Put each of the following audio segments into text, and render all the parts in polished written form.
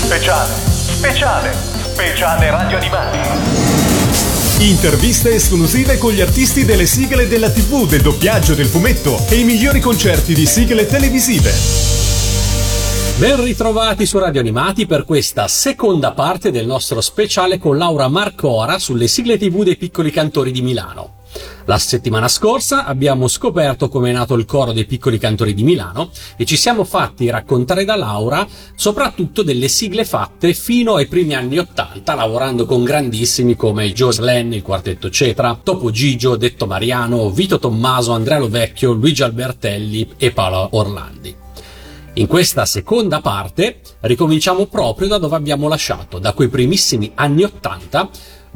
Speciale Radio Animati. Interviste esclusive con gli artisti delle sigle della TV, del doppiaggio, del fumetto e i migliori concerti di sigle televisive. Ben ritrovati su Radio Animati per questa seconda parte del nostro speciale con Laura Marcora sulle sigle TV dei Piccoli Cantori di Milano. La settimana scorsa abbiamo scoperto come è nato il coro dei Piccoli Cantori di Milano e ci siamo fatti raccontare da Laura soprattutto delle sigle fatte fino ai primi anni '80, lavorando con grandissimi come Joe Slen, il Quartetto Cetra, Topo Gigio, Detto Mariano, Vito Tommaso, Andrea Lovecchio, Luigi Albertelli e Paolo Orlandi. In questa seconda parte ricominciamo proprio da dove abbiamo lasciato, da quei primissimi anni '80,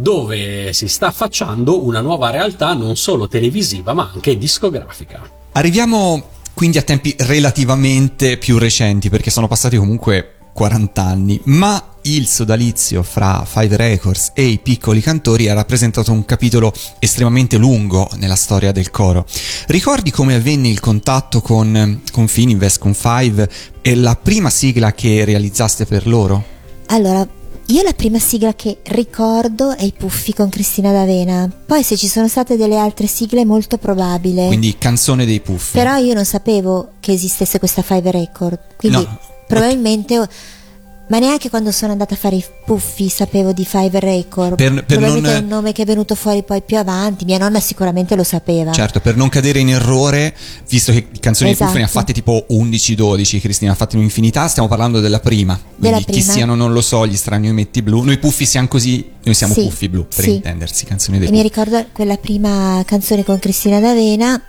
dove si sta affacciando una nuova realtà non solo televisiva ma anche discografica. Arriviamo quindi a tempi relativamente più recenti, perché sono passati comunque 40 anni, ma il sodalizio fra Five Records e i Piccoli Cantori ha rappresentato un capitolo estremamente lungo nella storia del coro. Ricordi come avvenne il contatto con Fininvest, con Five, e la prima sigla che realizzaste per loro? Allora, io la prima sigla che ricordo è I Puffi con Cristina D'Avena. Poi se ci sono state delle altre sigle è molto probabile. Quindi Canzone dei Puffi. Però io non sapevo che esistesse questa Five Record. Quindi no, probabilmente... Ma neanche quando sono andata a fare I Puffi sapevo di Five Record. Probabilmente è un nome che è venuto fuori poi più avanti. Mia nonna sicuramente lo sapeva. Certo, per non cadere in errore, visto che Canzoni dei Puffi ne ha fatte tipo 11-12, Cristina ha fatto un'infinità, stiamo parlando della prima. Quindi chi siano non lo so, gli strani ometti blu. Noi Puffi siamo così, noi siamo Puffi blu, per intendersi, Canzoni dei Puffi. Mi ricordo quella prima canzone con Cristina D'Avena.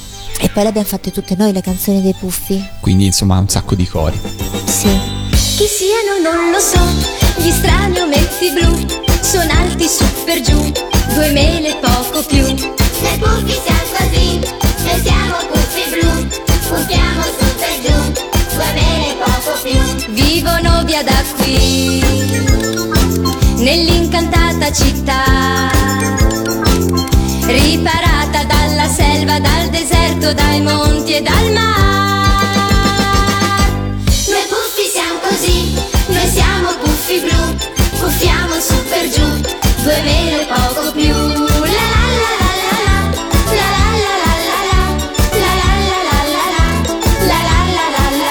E poi le abbiamo fatte tutte noi, le canzoni dei Puffi. Quindi insomma un sacco di cori. Sì. Chi siano non lo so, gli strani ometti blu, sono alti su per giù, 2 mele poco più. Noi Puffi siamo così, noi siamo Puffi blu, puffiamo su per giù, 2 mele poco più. Vivono via da qui, nell'incantata città, riparata dalla selva, dal deserto, dai monti e dal mare. Noi siamo Puffi blu, puffiamo su per giù, 2 mele poco più. La la la la la la, la la la la la, la la la la la la, la la la la la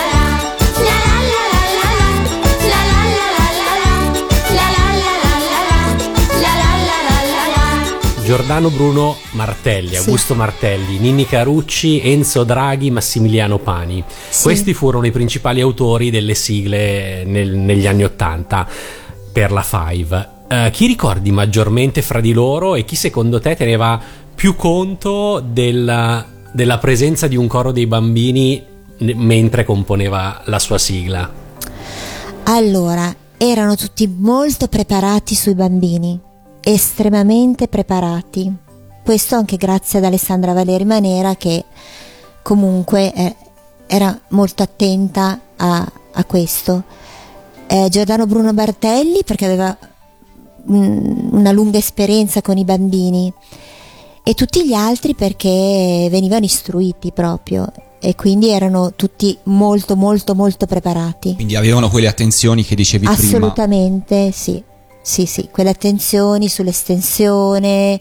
la, la la la la la, la la la la. Giordano Bruno Martelli, Augusto Martelli, Ninni Carucci, Enzo Draghi, Massimiliano Pani. Questi furono i principali autori delle sigle negli anni '80 per la Five. Chi ricordi maggiormente fra di loro e chi secondo te teneva più conto della presenza di un coro dei bambini mentre componeva la sua sigla? Allora, erano tutti molto preparati sui bambini, estremamente preparati. Questo anche grazie ad Alessandra Valeri Manera, che comunque era molto attenta a questo. Giordano Bruno Martelli perché aveva una lunga esperienza con i bambini, e tutti gli altri perché venivano istruiti proprio, e quindi erano tutti molto molto molto preparati. Quindi avevano quelle attenzioni che dicevi prima. Assolutamente sì, quelle attenzioni sull'estensione.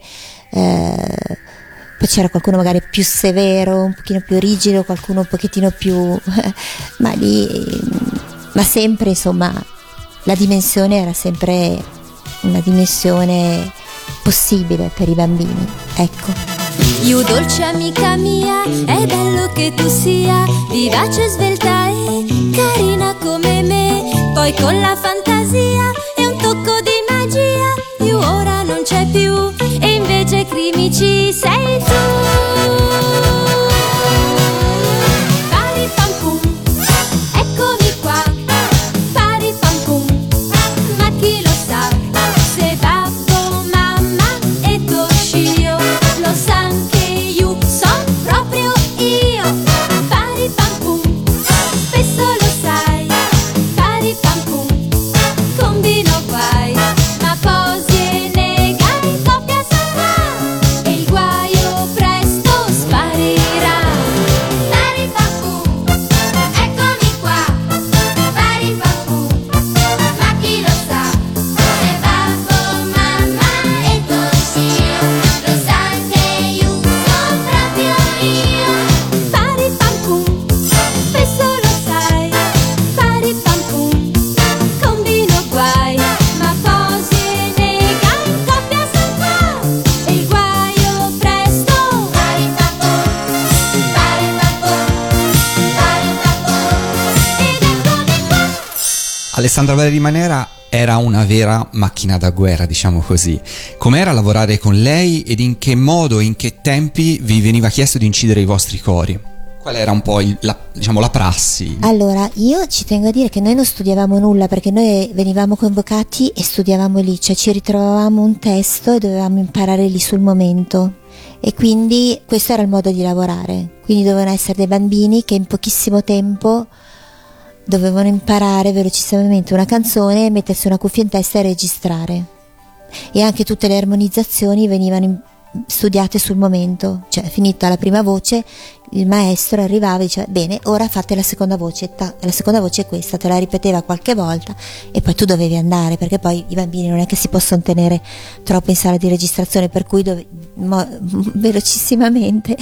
Poi c'era qualcuno magari più severo, un pochino più rigido, qualcuno un pochettino più ma sempre insomma la dimensione era sempre una dimensione possibile per i bambini, ecco. You dolce amica mia, è bello che tu sia vivace, svelta e carina come me, poi con la fantasia e un tocco di magia, you ora non c'è più e invece crimici sei tu. Pari pam pum, eccomi qua, pari pam pum, ma chi lo sa, se babbo, mamma e Toshio lo san che you son proprio io. Pari pam pum, spesso lo sai, pari pam pum, Alessandra Valeri Manera era una vera macchina da guerra, diciamo così. Com'era lavorare con lei ed in che modo e in che tempi vi veniva chiesto di incidere i vostri cori? Qual era un po' la prassi? Allora, io ci tengo a dire che noi non studiavamo nulla, perché noi venivamo convocati e studiavamo lì, cioè ci ritrovavamo un testo e dovevamo imparare lì sul momento. E quindi questo era il modo di lavorare. Quindi dovevano essere dei bambini che in pochissimo tempo dovevano imparare velocissimamente una canzone, mettersi una cuffia in testa e registrare. E anche tutte le armonizzazioni venivano studiate sul momento, cioè finita la prima voce il maestro arrivava e diceva bene, ora fate la seconda voce, la seconda voce è questa, te la ripeteva qualche volta e poi tu dovevi andare, perché poi i bambini non è che si possono tenere troppo in sala di registrazione, per cui velocissimamente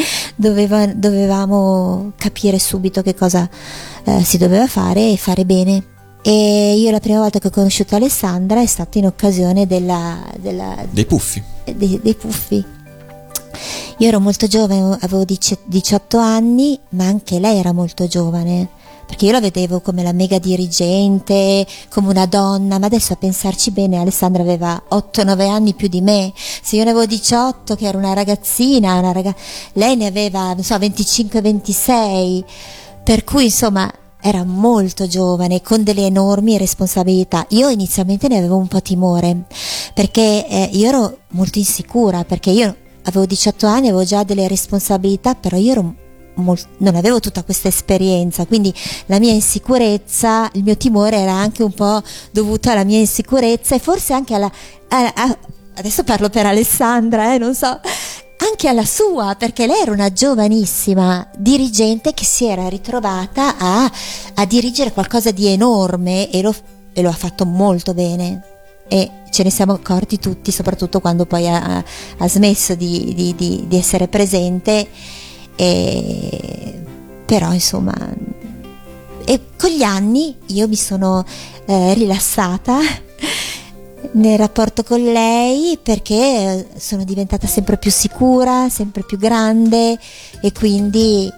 dovevamo capire subito che cosa si doveva fare e fare bene. E io la prima volta che ho conosciuto Alessandra è stata in occasione dei Puffi. Dei Puffi. Io ero molto giovane, avevo 18 anni, ma anche lei era molto giovane, perché io la vedevo come la mega dirigente, come una donna, ma adesso a pensarci bene Alessandra aveva 8-9 anni più di me. Se io ne avevo 18, che ero una ragazzina, lei ne aveva, non so, 25-26, per cui insomma era molto giovane, con delle enormi responsabilità. Io inizialmente ne avevo un po' timore, perché io ero molto insicura, perché io avevo 18 anni, avevo già delle responsabilità, però io ero non avevo tutta questa esperienza, quindi la mia insicurezza, il mio timore era anche un po' dovuto alla mia insicurezza e forse anche adesso parlo per Alessandra, non so, anche alla sua, perché lei era una giovanissima dirigente che si era ritrovata a dirigere qualcosa di enorme e lo ha fatto molto bene. E ce ne siamo accorti tutti, soprattutto quando poi ha smesso di essere presente, però insomma, e con gli anni io mi sono rilassata nel rapporto con lei, perché sono diventata sempre più sicura, sempre più grande, e quindi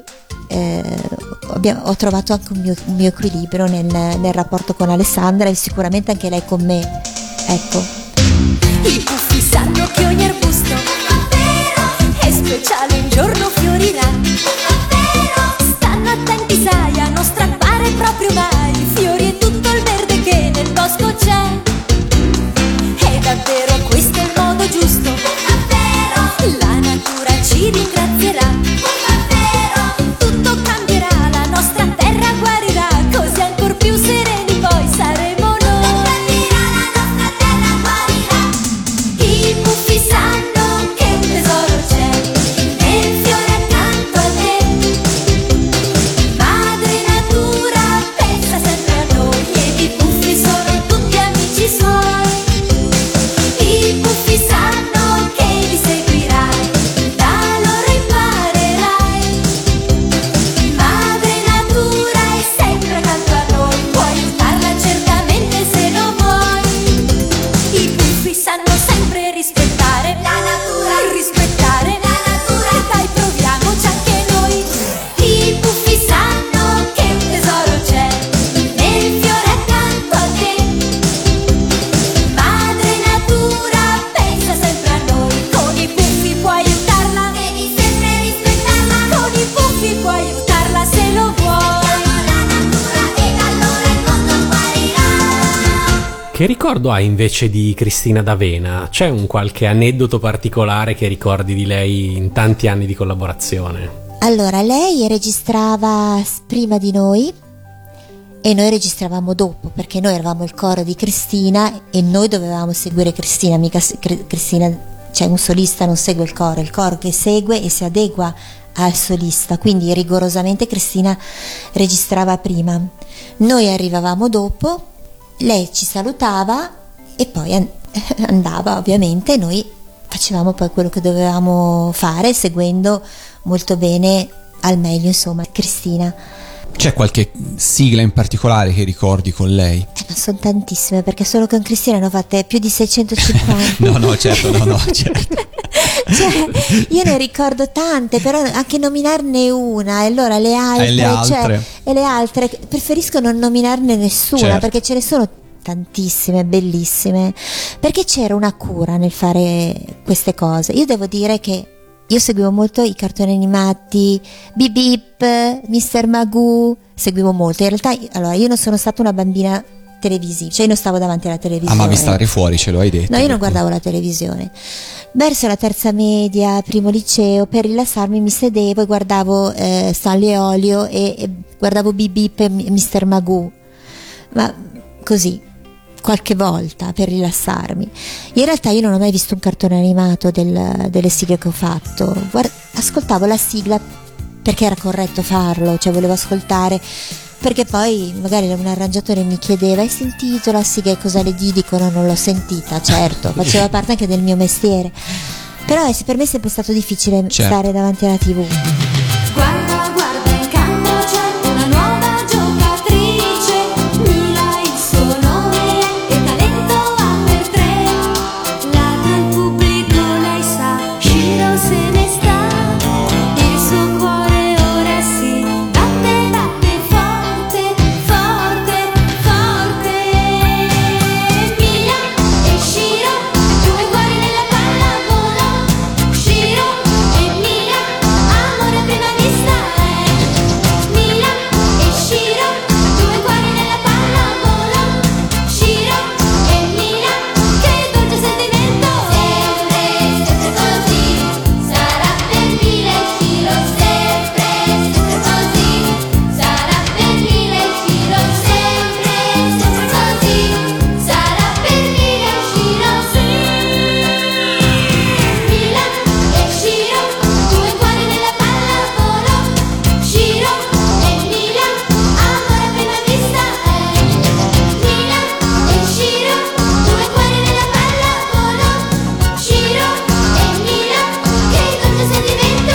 ho trovato anche un mio equilibrio nel rapporto con Alessandra e sicuramente anche lei con me. Ecco. I Puffi sanno che ogni arbusto è speciale, un giorno fiorirà. Stanno attenti, sai, a non strappare proprio mai i fiori e tutto il verde che nel bosco c'è. E davvero questo è il modo giusto, la natura ci ringrazierà. Tutto cambierà, la nostra terra guarirà, così ancor più sereni poi saremo. I Puffi sanno che un tesoro c'è nel fiore accanto a te. Madre natura pensa sempre a noi e i Puffi sono tutti amici suoi. I Puffi sanno che li seguirai, da loro imparerai. Madre natura è sempre accanto a noi, puoi aiutarla certamente se lo vuoi. I Puffi sanno sempre rispettare la natura, rispettare la natura, e dai proviamoci anche noi. I Puffi sanno che un tesoro c'è nel fiore accanto a te. Madre natura pensa sempre a noi, con i Puffi puoi aiutarla, devi sempre rispettarla, con i Puffi puoi aiutarla se lo vuoi. La natura ed allora il mondo guarirà. Che ricordo hai invece di Cristina D'Avena? C'è un qualche aneddoto particolare che ricordi di lei in tanti anni di collaborazione? Allora, lei registrava prima di noi e noi registravamo dopo, perché noi eravamo il coro di Cristina e noi dovevamo seguire Cristina, mica Cristina, cioè un solista non segue il coro che segue e si adegua al solista, quindi rigorosamente Cristina registrava prima, noi arrivavamo dopo, lei ci salutava e poi andava ovviamente, noi facevamo poi quello che dovevamo fare seguendo molto bene, al meglio insomma, Cristina. C'è qualche sigla in particolare che ricordi con lei? Ma sono tantissime, perché solo con Cristina ne ho fatte più di 650. No, certo. Cioè, io ne ricordo tante, però anche nominarne una e allora le altre, e le altre preferisco non nominarne nessuna, certo, perché ce ne sono tantissime bellissime, perché c'era una cura nel fare queste cose. Io devo dire che io seguivo molto i cartoni animati, Bip Bip, Mr. Magoo, seguivo molto. In realtà, allora, io non sono stata una bambina televisiva, cioè io non stavo davanti alla televisione. Amavi stare fuori, ce lo hai detto. No, io non guardavo la televisione. Verso la terza media, primo liceo, per rilassarmi mi sedevo e guardavo Stanley e Olio e guardavo Bip Bip e Mr. Magoo. Ma così, qualche volta, per rilassarmi. In realtà io non ho mai visto un cartone animato delle sigle che ho fatto. Ascoltavo la sigla perché era corretto farlo, cioè volevo ascoltare, perché poi magari un arrangiatore mi chiedeva: hai sentito la sigla e cosa le dicono? Non l'ho sentita, certo, faceva parte anche del mio mestiere, però per me è sempre stato difficile stare davanti alla TV. Guarda, guarda, in campo c'è una nuova giocatrice, Mila il suo nome è, e talento ha per tre. Ladra il pubblico, lei sa, Shiro se ne sta, il suo cuore ora si batte, batte forte, forte, forte. Mila e Shiro, due cuori nella pallavolo, Shiro e Mila, amore a prima vista è. Mila e Shiro, due cuori nella pallavolo, Shiro e Mila, che dolce sentimento è. Sempre così, sarà per Mila e Shiro, sempre così, sarà per Mila e Shiro, sempre così, sarà per Mila e Shiro, sì. Mila e Shiro, due cuori nella pallavolo, Shiro e Mila, amore a prima vista è. Mila e Shiro, due cuori nella pallavolo, Shiro e Mila, che dolce sentimento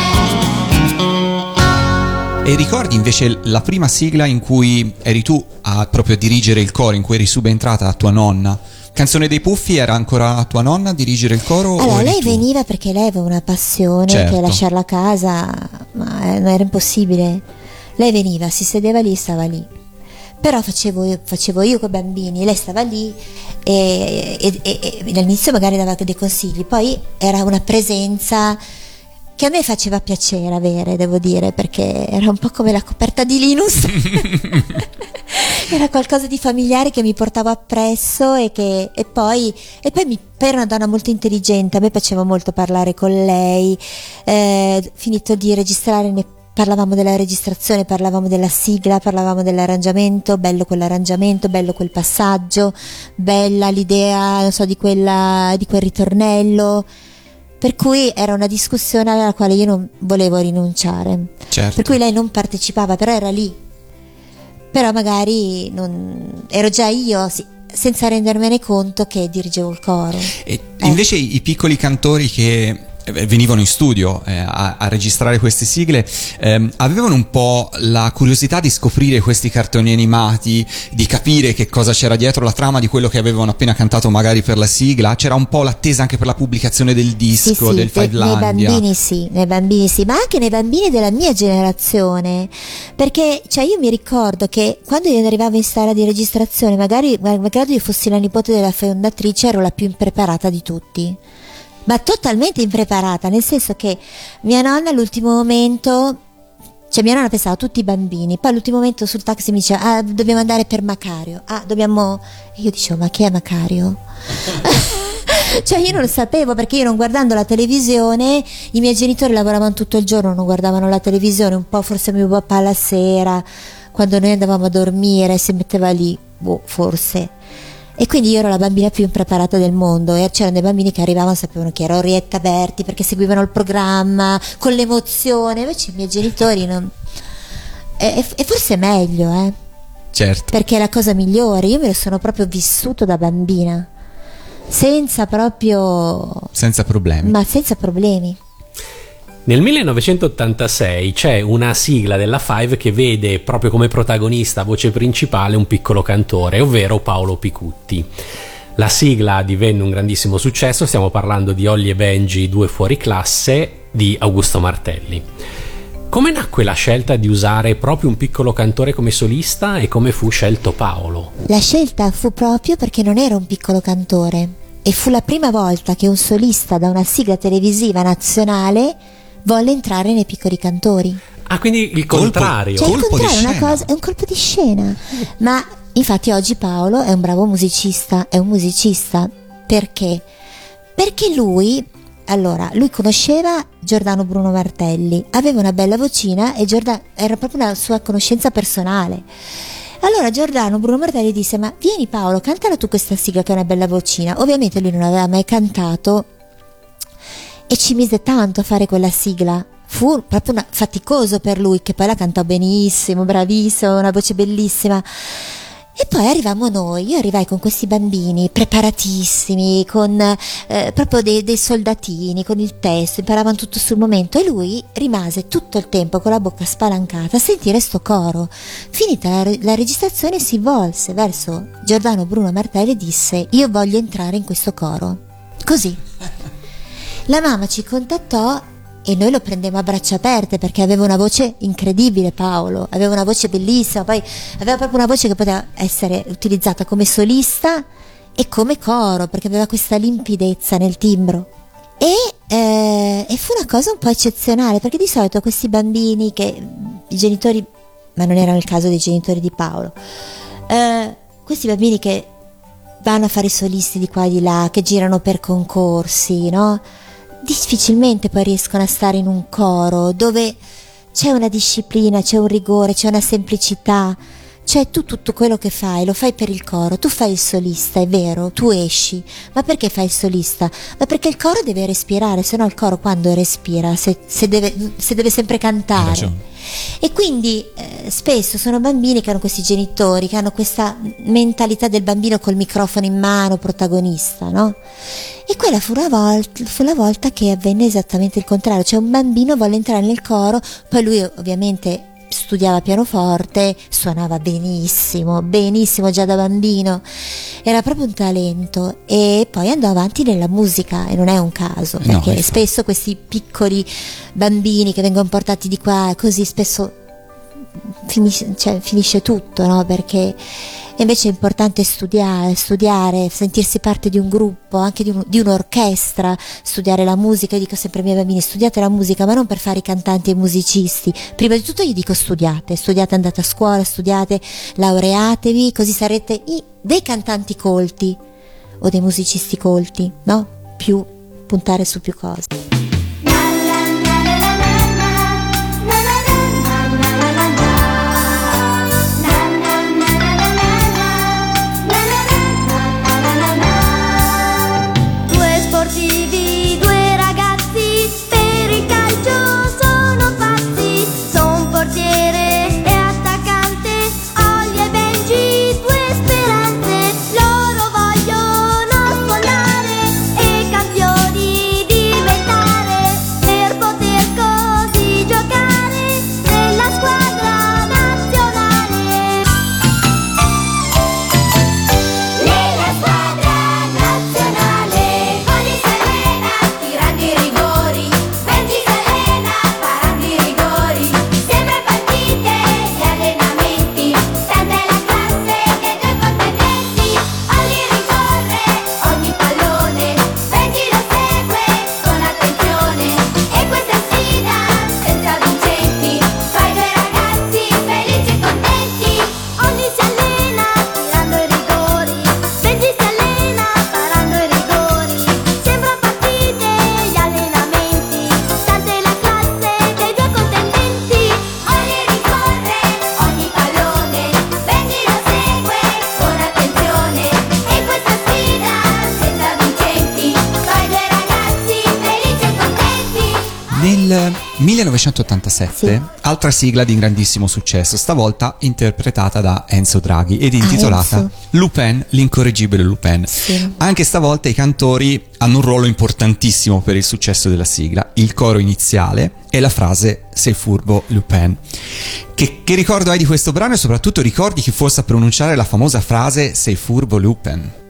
è. E ricordi invece la prima sigla in cui eri tu a proprio dirigere il coro, in cui eri subentrata a tua nonna? Canzone dei Puffi, era ancora tua nonna a dirigere il coro? o Allora, eri lei tu? veniva perché lei aveva una passione, Certo. che lasciarla a casa, ma non era impossibile. Lei veniva, si sedeva lì, stava lì. Però facevo io con i bambini, lei stava lì e all'inizio magari dava dei consigli, poi era una presenza che a me faceva piacere avere, devo dire, perché era un po' come la coperta di Linus. Era qualcosa di familiare che mi portavo appresso e poi era una donna molto intelligente. A me piaceva molto parlare con lei. Finito di registrare, ne parlavamo della registrazione, parlavamo della sigla, parlavamo dell'arrangiamento, bello quell'arrangiamento, bello quel passaggio, bella l'idea, non so, di quel ritornello. Per cui era una discussione alla quale io non volevo rinunciare. Certo. Per cui lei non partecipava, però era lì. Però magari ero già io, sì, senza rendermene conto, che dirigevo il coro. E invece i piccoli cantori che venivano in studio a registrare queste sigle avevano un po' la curiosità di scoprire questi cartoni animati, di capire che cosa c'era dietro la trama di quello che avevano appena cantato magari per la sigla. C'era un po' l'attesa anche per la pubblicazione del disco, Sì, del Fivelandia. nei bambini sì, ma anche nei bambini della mia generazione, perché cioè io mi ricordo che quando io arrivavo in sala di registrazione, magari io fossi la nipote della fondatrice, ero la più impreparata di tutti, ma totalmente impreparata, nel senso che mia nonna all'ultimo momento, cioè mia nonna pensava a tutti i bambini, poi all'ultimo momento sul taxi mi diceva: dobbiamo andare per Macario, e io dicevo: ma chi è Macario? Cioè io non lo sapevo, perché io, non guardando la televisione, i miei genitori lavoravano tutto il giorno, non guardavano la televisione, un po' forse mio papà la sera quando noi andavamo a dormire si metteva lì, forse. E quindi io ero la bambina più impreparata del mondo, e c'erano dei bambini che arrivavano, sapevano chi era Orietta Berti perché seguivano il programma con l'emozione, invece i miei genitori non. E forse è meglio, Certo. perché è la cosa migliore. Io me lo sono proprio vissuto da bambina, senza problemi. Ma senza problemi. Nel 1986 c'è una sigla della Five che vede proprio come protagonista, voce principale, un piccolo cantore, ovvero Paolo Picutti. La sigla divenne un grandissimo successo, stiamo parlando di Holly e Benji, due fuori classe di Augusto Martelli. Come nacque la scelta di usare proprio un piccolo cantore come solista e come fu scelto Paolo? La scelta fu proprio perché non era un piccolo cantore e fu la prima volta che un solista da una sigla televisiva nazionale volle entrare nei piccoli cantori. Ah, quindi il contrario. Cioè, il Colpo di contrario, è una scena. cosa, è un colpo di scena. Ma infatti oggi Paolo è un bravo musicista, è un musicista. Perché? Perché lui conosceva Giordano Bruno Martelli, aveva una bella vocina e era proprio una sua conoscenza personale. Allora Giordano Bruno Martelli disse: ma vieni Paolo, cantala tu questa sigla che è una bella vocina. Ovviamente lui non aveva mai cantato e ci mise tanto a fare quella sigla. Fu proprio faticoso per lui, che poi la cantò benissimo, bravissimo, una voce bellissima. E poi arrivammo noi, io arrivai con questi bambini preparatissimi, con proprio dei soldatini, con il testo, imparavano tutto sul momento, e lui rimase tutto il tempo con la bocca spalancata a sentire sto coro. Finita la registrazione si volse verso Giordano Bruno Martelli e disse: io voglio entrare in questo coro. Così. La mamma ci contattò e noi lo prendemmo a braccia aperte, perché aveva una voce incredibile. Paolo aveva una voce bellissima, poi aveva proprio una voce che poteva essere utilizzata come solista e come coro, perché aveva questa limpidezza nel timbro. E fu una cosa un po' eccezionale, perché di solito questi bambini che i genitori, ma non era il caso dei genitori di Paolo, questi bambini che vanno a fare i solisti di qua e di là, che girano per concorsi, no? Difficilmente poi riescono a stare in un coro dove c'è una disciplina, c'è un rigore, c'è una semplicità. Cioè tu tutto quello che fai lo fai per il coro, tu fai il solista, è vero, tu esci, ma perché fai il solista? Ma perché il coro deve respirare, se no il coro quando respira, se deve sempre cantare. E quindi spesso sono bambini che hanno questi genitori, che hanno questa mentalità del bambino col microfono in mano, protagonista, no? E quella fu la volta che avvenne esattamente il contrario, cioè un bambino volle entrare nel coro, poi lui ovviamente studiava pianoforte, suonava benissimo, benissimo già da bambino, era proprio un talento, e poi andò avanti nella musica, e non è un caso, perché spesso questi piccoli bambini che vengono portati di qua così spesso finisce tutto, no? Perché invece è importante studiare, sentirsi parte di un gruppo, anche di un'orchestra, studiare la musica. Io dico sempre ai miei bambini: studiate la musica, ma non per fare i cantanti e i musicisti. Prima di tutto gli dico studiate, andate a scuola, studiate, laureatevi, così sarete dei cantanti colti o dei musicisti colti, no? Puntare su più cose. Nel 1987, altra sigla di grandissimo successo, stavolta interpretata da Enzo Draghi ed intitolata Lupin, l'incorreggibile Lupin. Sì. Anche stavolta i cantori hanno un ruolo importantissimo per il successo della sigla, il coro iniziale e la frase "sei furbo Lupin". Che ricordo hai di questo brano, e soprattutto ricordi chi fosse a pronunciare la famosa frase "sei furbo Lupin"?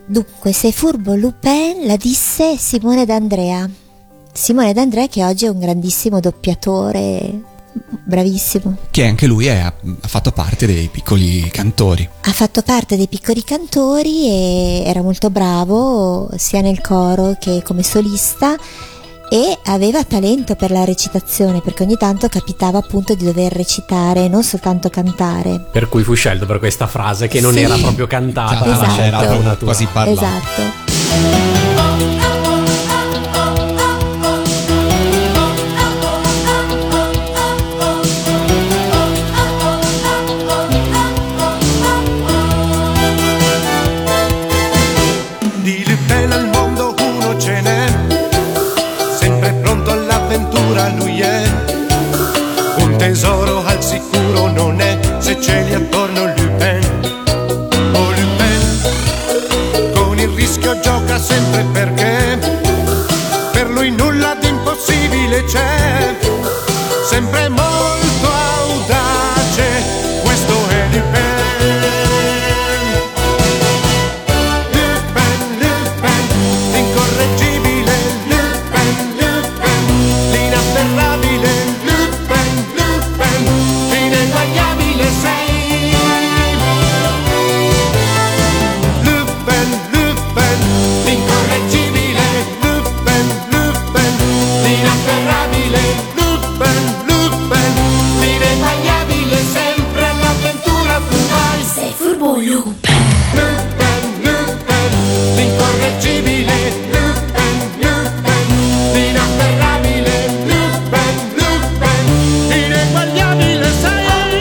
Dunque, sei furbo Lupin, la disse Simone D'Andrea. Simone D'Andrea, che oggi è un grandissimo doppiatore, bravissimo. Che anche lui ha fatto parte dei Piccoli Cantori. Ha fatto parte dei Piccoli Cantori e era molto bravo sia nel coro che come solista, e aveva talento per la recitazione, perché ogni tanto capitava appunto di dover recitare, non soltanto cantare. Per cui fu scelto per questa frase che non Sì. era proprio cantata, Esatto. ma era Era naturale. quasi parlato. Esatto. Di Lupin al mondo uno ce n'è, sempre pronto all'avventura lui è. Un tesoro al sicuro non è, se ce li attorno Lupin. Oh Lupin, con il rischio gioca sempre perché per lui nulla di impossibile c'è. Sempre molto audace, questo è Lupin. L'incorreggibile Lupin, Lupin, l'inafferrabile Lupin, Lupin, l'ineguagliabile sei. Lupin, Lupin, l'incorreggibile Lupin, Lupin, l'inafferrabile Lupin, Lupin, l'ineguagliabile, sempre all'avventura tu vai. Sei furbo Lupin. Lupin, Lupin, l'incorreggibile Lupin, Lupin, l'inafferrabile Lupin, Lupin, l'ineguagliabile sei.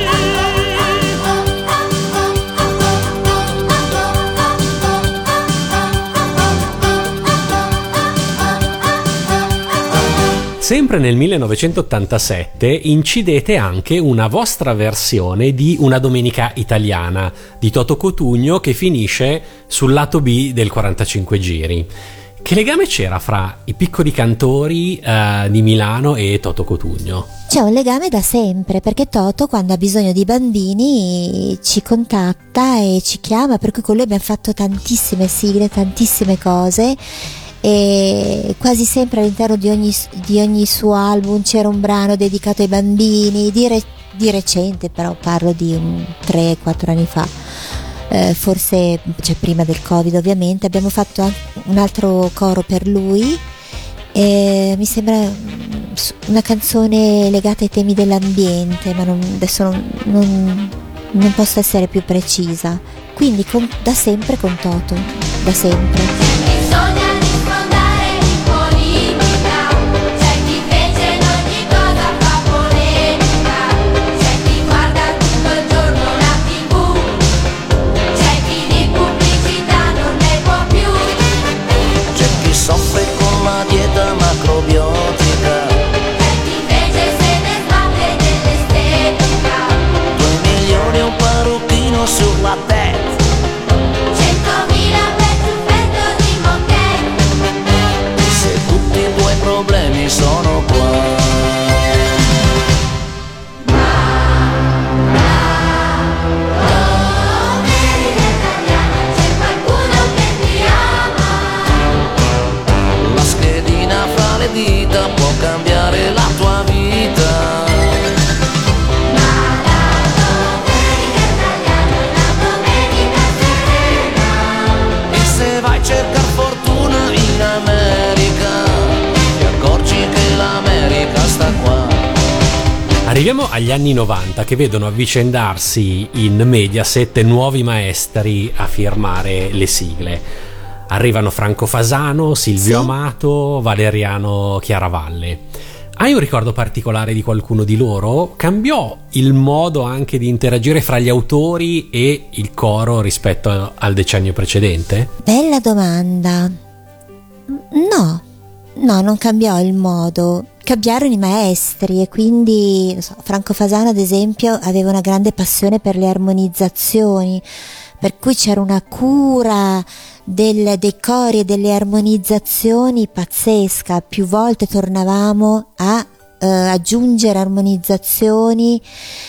Sempre nel 1987 incidete anche una vostra versione di Una domenica italiana di Toto Cotugno, che finisce sul lato B del 45 giri. Che legame c'era fra i Piccoli Cantori di Milano e Toto Cotugno? C'è un legame da sempre, perché Toto, quando ha bisogno di bambini, ci contatta e ci chiama, per cui con lui abbiamo fatto tantissime sigle, tantissime cose, e quasi sempre all'interno di ogni suo album c'era un brano dedicato ai bambini, di recente, però parlo di 3-4 anni fa. Forse, cioè prima del Covid ovviamente, abbiamo fatto anche un altro coro per lui, mi sembra una canzone legata ai temi dell'ambiente, ma adesso non posso essere più precisa. Quindi da sempre con Toto, da sempre. Bisogna rispondere in politica, c'è chi invece in ogni cosa fa polemica, c'è chi guarda tutto il giorno la TV, c'è chi di pubblicità non ne può più, C'è chi soffre con la dieta macrobiotica, c'è chi invece se ne sbatte dell'estetica, 2 milioni e un parrucchino sulla testa. 100.000 per perfetto di moquette. Se tutti i tuoi problemi sono qua. C'è qualcuno che ti ama, La schedina fra le dita può cambiare la tua vita. ma la domenica italiana è una domenica serena. E se vai a cercare fortuna in America, ti accorgi che l'America sta qua. Arriviamo agli anni 90, che vedono avvicendarsi in Mediaset nuovi maestri a firmare le sigle. Arrivano Franco Fasano, Silvio Sì. Amato, Valeriano Chiaravalle. Hai un ricordo particolare di qualcuno di loro? Cambiò il modo anche di interagire fra gli autori e il coro rispetto al decennio precedente? Bella domanda. No, non cambiò il modo. Cambiarono i maestri e quindi, non so, Franco Fasano ad esempio aveva una grande passione per le armonizzazioni, per cui c'era una cura dei cori e delle armonizzazioni pazzesca. Più volte tornavamo a aggiungere armonizzazioni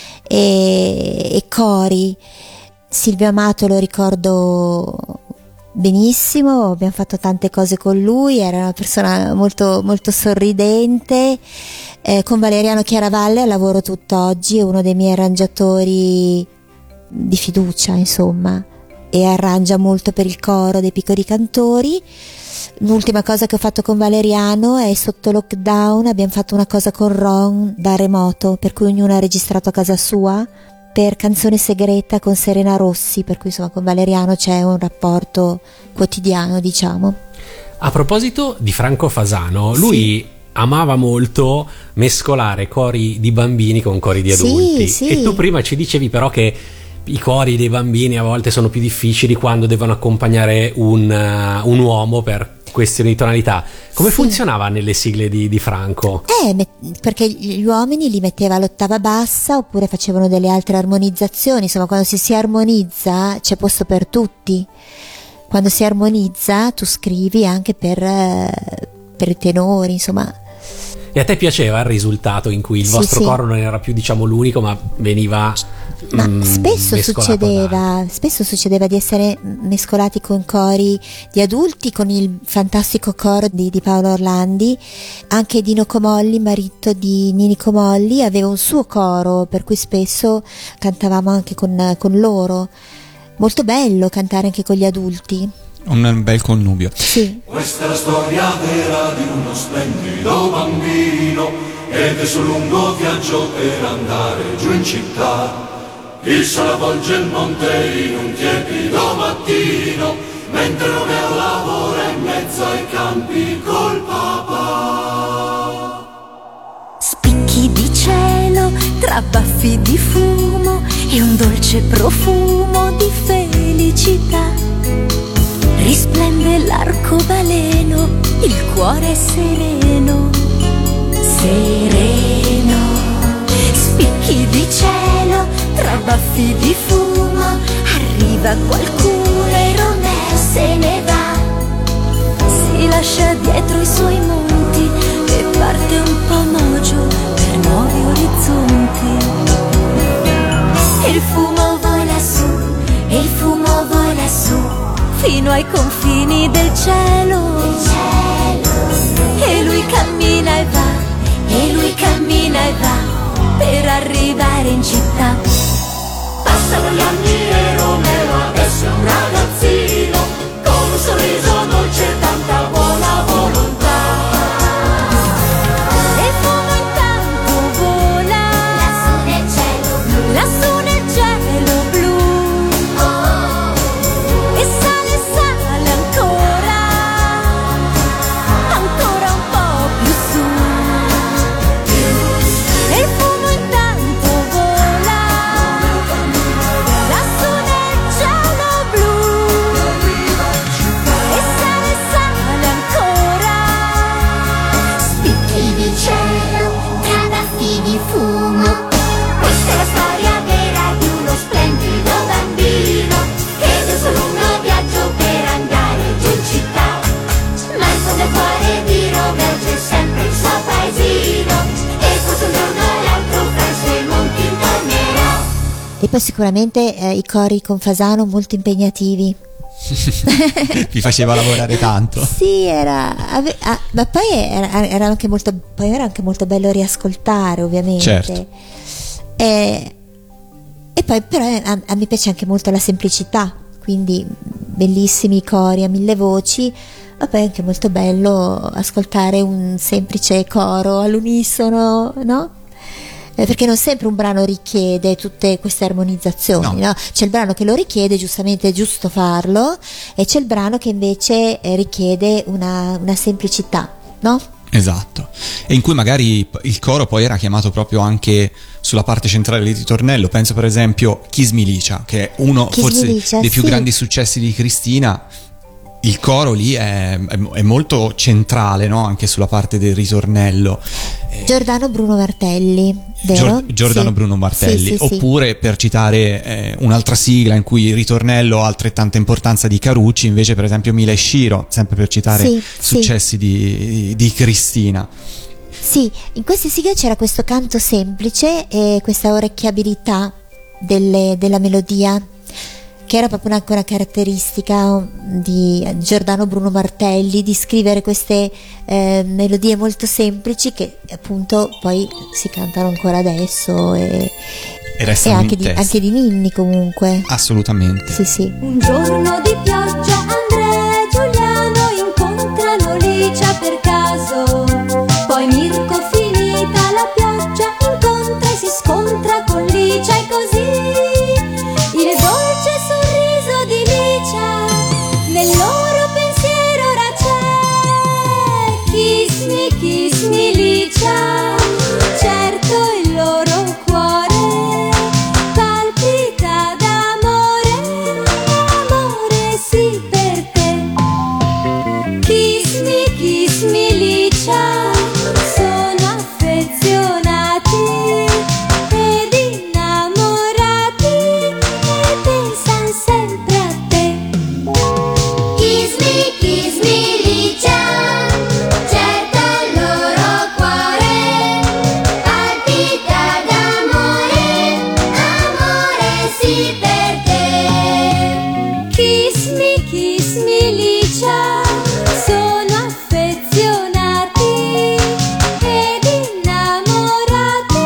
e cori. Silvio Amato lo ricordo benissimo, abbiamo fatto tante cose con lui, era una persona molto, molto sorridente. Con Valeriano Chiaravalle lavoro tutt'oggi, è uno dei miei arrangiatori di fiducia, insomma, e arrangia molto per il coro dei Piccoli Cantori. L'ultima cosa che ho fatto con Valeriano è sotto lockdown, abbiamo fatto una cosa con Ron da remoto, per cui ognuno ha registrato a casa sua, per Canzone Segreta con Serena Rossi, per cui insomma con Valeriano c'è un rapporto quotidiano, diciamo. A proposito di Franco Fasano, lui amava molto mescolare cori di bambini con cori di adulti. Sì. E tu prima ci dicevi però che i cori dei bambini a volte sono più difficili quando devono accompagnare un uomo per questioni di tonalità. Come funzionava nelle sigle di Franco? Perché gli uomini li metteva all'ottava bassa oppure facevano delle altre armonizzazioni. Insomma, quando si armonizza c'è posto per tutti. Quando si armonizza tu scrivi anche per i tenori, insomma. E a te piaceva il risultato in cui il vostro coro non era più, diciamo, l'unico, ma veniva spesso succedeva di essere mescolati con cori di adulti, con il fantastico coro di Paolo Orlandi. Anche Dino Comolli, marito di Nini Comolli, aveva un suo coro, per cui spesso cantavamo anche con loro. Molto bello cantare anche con gli adulti. Un bel connubio. Sì. Questa è la storia vera di uno splendido bambino ed è sul lungo viaggio per andare giù in città. Il sole avvolge il monte in un tiepido mattino mentre Romeo lavora in mezzo ai campi col papà. Spicchi di cielo tra baffi di fumo e un dolce profumo di felicità. Risplende l'arcobaleno, il cuore è sereno, sereno. Spicchi di cielo, tra baffi di fumo, arriva qualcuno e Romeo se ne va. Si lascia dietro i suoi monti e parte un po' mogio per nuovi orizzonti. E il fumo vola su, e il fumo vola su, fino ai confini del cielo. E lui cammina e va, e lui cammina e va, per arrivare in città. Passano gli anni e Romeo adesso è un ragazzino con un sorriso dolce e tanta buona volontà. E il fumo intanto vola lassù nel cielo blu, lassù nel cielo blu. E sale, sale ancora, ancora un po' più su. E il fumo intanto vola lassù nel cielo blu. E sale, sale ancora. Spicchi di cielo, tra baffi di fumo. Questa è la storia vera di uno splendido bambino che del suo lungo viaggio per andare giù in città. Ma in fondo al cuore di Romeo c'è sempre il suo paesino e forse un giorno o l'altro fra i suoi monti tornerà. E poi sicuramente i cori con Fasano molto impegnativi. Vi faceva lavorare tanto. Sì, ma poi era anche molto, poi era anche molto bello riascoltare, ovviamente. Certo. E poi però a me piace anche molto la semplicità, quindi bellissimi cori a 1000 voci, ma poi è anche molto bello ascoltare un semplice coro all'unisono, no? Perché non sempre un brano richiede tutte queste armonizzazioni, no? C'è il brano che lo richiede, giustamente è giusto farlo, e c'è il brano che invece richiede una semplicità, no? Esatto, e in cui magari il coro poi era chiamato proprio anche sulla parte centrale del ritornello. Penso per esempio Kiss Me Licia, che è uno forse dei più grandi successi di Cristina. Il coro lì è molto centrale, no? Anche sulla parte del ritornello. Giordano Bruno Martelli, vero? Giordano Bruno Martelli. Oppure per citare un'altra sigla in cui il ritornello ha altrettanta importanza di Carucci, invece per esempio Mila e Shiro, sempre per citare successi di Cristina. Sì, in queste sigle c'era questo canto semplice e questa orecchiabilità della melodia. che era proprio anche una caratteristica di Giordano Bruno Martelli, di scrivere queste melodie molto semplici che appunto poi si cantano ancora adesso e anche di Ninni comunque. Assolutamente. Sì, sì. Un giorno di pioggia Andrea e Giuliano incontrano Licia per caso, poi Mirko finita la pioggia incontra e si scontra con Licia e così il dolce sorriso di Licia nel loro pensiero ora c'è. Kiss me Licia, certo il loro cuore palpita d'amore, amore sì per te. Kiss me Licia, sono affezionati ed innamorati e pensan sempre a te. Kiss me Licia, certo il loro cuore palpita d'amore, amore sì per te. Kiss me Licia, sono affezionati ed innamorati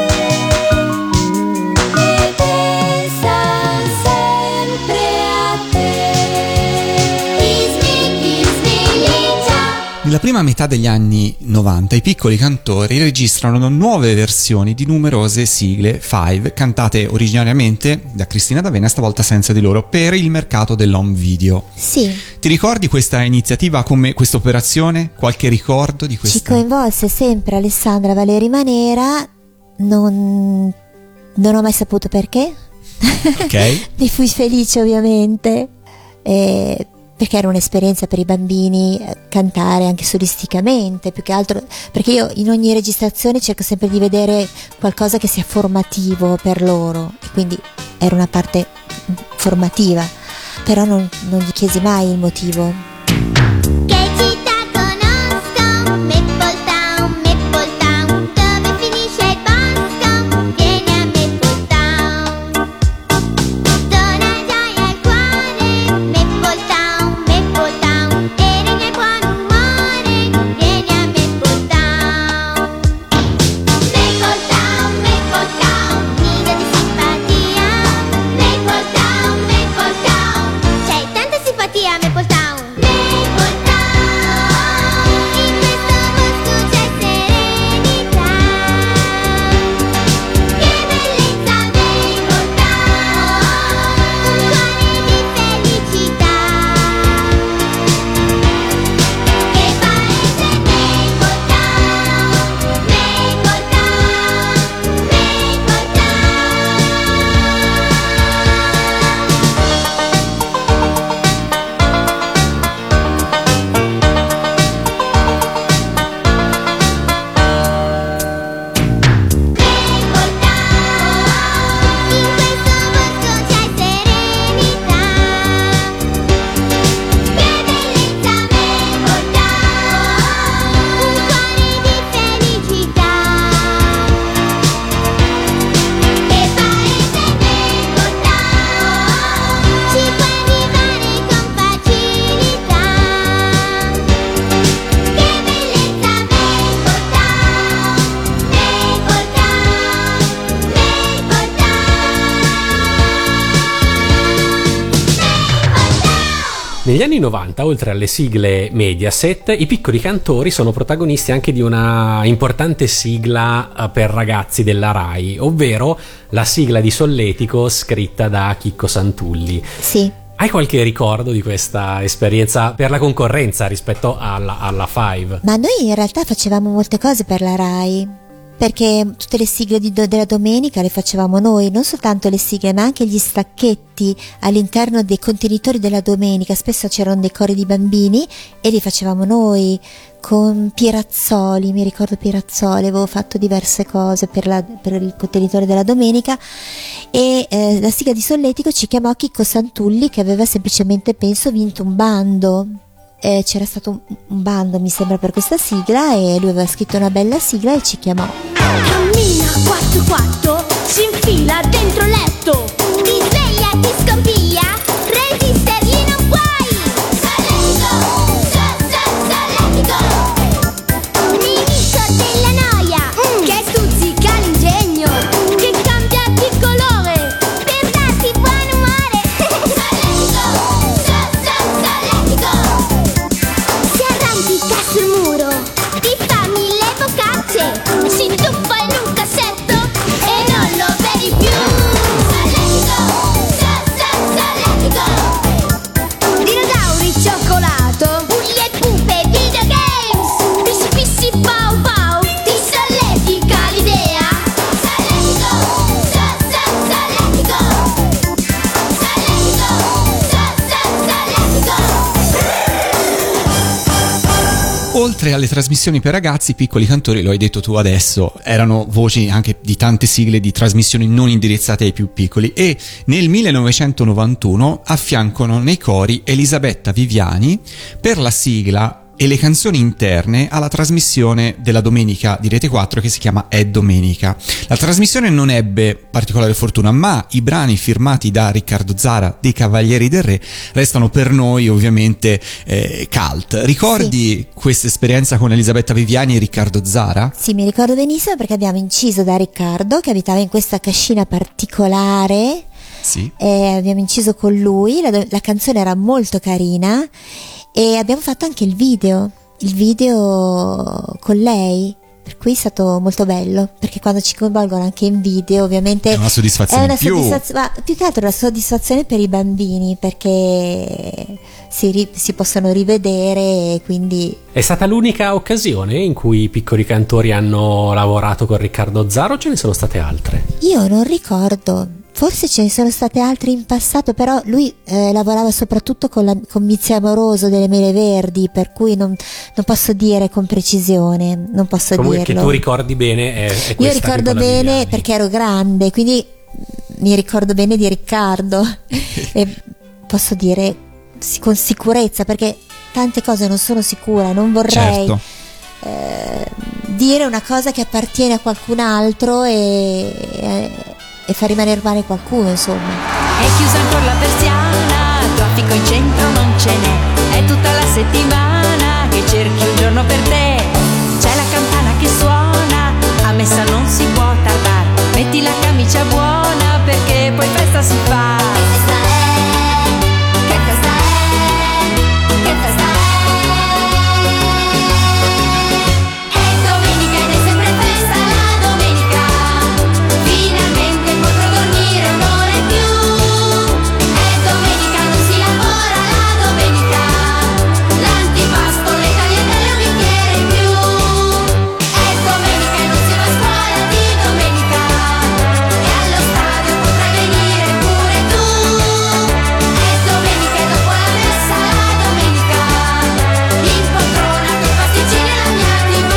e pensan sempre a te. Kiss me Licia. Nella prima metà degli anni 90 i Piccoli Cantori registrano nuove versioni di numerose sigle Five cantate originariamente da Cristina D'Avena, stavolta senza di loro, per il mercato dell'home video. Sì, Ti ricordi questa iniziativa, come questa operazione? Qualche ricordo di ci questa? coinvolse sempre Alessandra Valeri Manera, non ho mai saputo perché. Ok. Ne fui felice ovviamente, perché era un'esperienza per i bambini cantare anche solisticamente, più che altro perché io in ogni registrazione cerco sempre di vedere qualcosa che sia formativo per loro e quindi era una parte formativa, però non gli chiesi mai il motivo. Che città conosco? Maple Town, dove finisce il bosco? Vieni a Maple Town. Dona gioia al cuore, Maple Town, e regna il buon umore, vieni a Maple Town. Maple Town, nido di simpatia, Maple Town, c'è tanta simpatia a Maple Town. Negli anni 90, oltre alle sigle Mediaset, i Piccoli Cantori sono protagonisti anche di una importante sigla per ragazzi della Rai, ovvero la sigla di Solletico scritta da Chicco Santulli. Sì. Hai qualche ricordo di questa esperienza per la concorrenza rispetto alla Five? Ma noi in realtà facevamo molte cose per la Rai, perché tutte le sigle della domenica le facevamo noi, non soltanto le sigle ma anche gli stacchetti all'interno dei contenitori della domenica. Spesso c'erano dei cori di bambini e li facevamo noi con Pirazzoli, mi ricordo Pirazzoli, avevo fatto diverse cose per il contenitore della domenica e la sigla di Solletico ci chiamò Chicco Santulli, che aveva semplicemente, penso, vinto un bando. C'era stato un bando, mi sembra, per questa sigla e lui aveva scritto una bella sigla e ci chiamò. Cammina quatto quatto, si infila dentro letto, Ti sveglia, ti scompiglia, resistergli non puoi. Solletico, nemico della noia, che stuzzica l'ingegno, che cambia di colore per darti buon umore. Solletico, si arrampica sul muro, ti fa 1000 focacce, si tuffa in un cassetto e non lo vedi più. Solletico, dinosauri, cioccolato, bulli e pupe, videogames, pissi pissi pau pau, ti solletica l'idea. Solletico, Oltre alle trasmissioni per ragazzi, Piccoli Cantori, lo hai detto tu adesso, erano voci anche di tante sigle di trasmissioni non indirizzate ai più piccoli, e nel 1991 affiancano nei cori Elisabetta Viviani per la sigla e le canzoni interne alla trasmissione della domenica di Rete 4 che si chiama È Domenica. La trasmissione non ebbe particolare fortuna, ma i brani firmati da Riccardo Zara dei Cavalieri del Re restano per noi ovviamente cult. Ricordi questa esperienza con Elisabetta Viviani e Riccardo Zara? Sì, mi ricordo benissimo perché abbiamo inciso da Riccardo, che abitava in questa cascina particolare. Sì. Abbiamo inciso con lui, la canzone era molto carina e abbiamo fatto anche il video con lei, per cui è stato molto bello, perché quando ci coinvolgono anche in video ovviamente è una soddisfazione in più. Ma più che altro la soddisfazione per i bambini, perché si possono rivedere e quindi... È stata l'unica occasione in cui i Piccoli Cantori hanno lavorato con Riccardo Zara o ce ne sono state altre? Io non ricordo, forse ce ne sono state altre in passato, però lui lavorava soprattutto con Mizia Amoroso delle Mele Verdi, per cui non posso dire con precisione, non posso comunque dirlo. Che tu ricordi bene è questa. Io ricordo bene perché ero grande, quindi mi ricordo bene di Riccardo e posso dire con sicurezza, perché tante cose non sono sicura, non vorrei dire una cosa che appartiene a qualcun altro e far rimanere male qualcuno, insomma. È chiusa ancora la persiana, traffico in centro non ce n'è, è tutta la settimana che cerchi un giorno per te. C'è la campana che suona, a messa non si può tardare, metti la camicia buona perché poi festa si fa. Che festa è, che festa è. È domenica ed è sempre festa la domenica, finalmente potrò dormire un'ora in più. È domenica, non si lavora la domenica, l'antipasto, le tagliatelle, un bicchiere in più. È domenica e non si va a scuola di domenica, e allo stadio potrai venire pure tu. È domenica e dopo la messa la domenica, in poltrona coi pasticcini e la mia TV.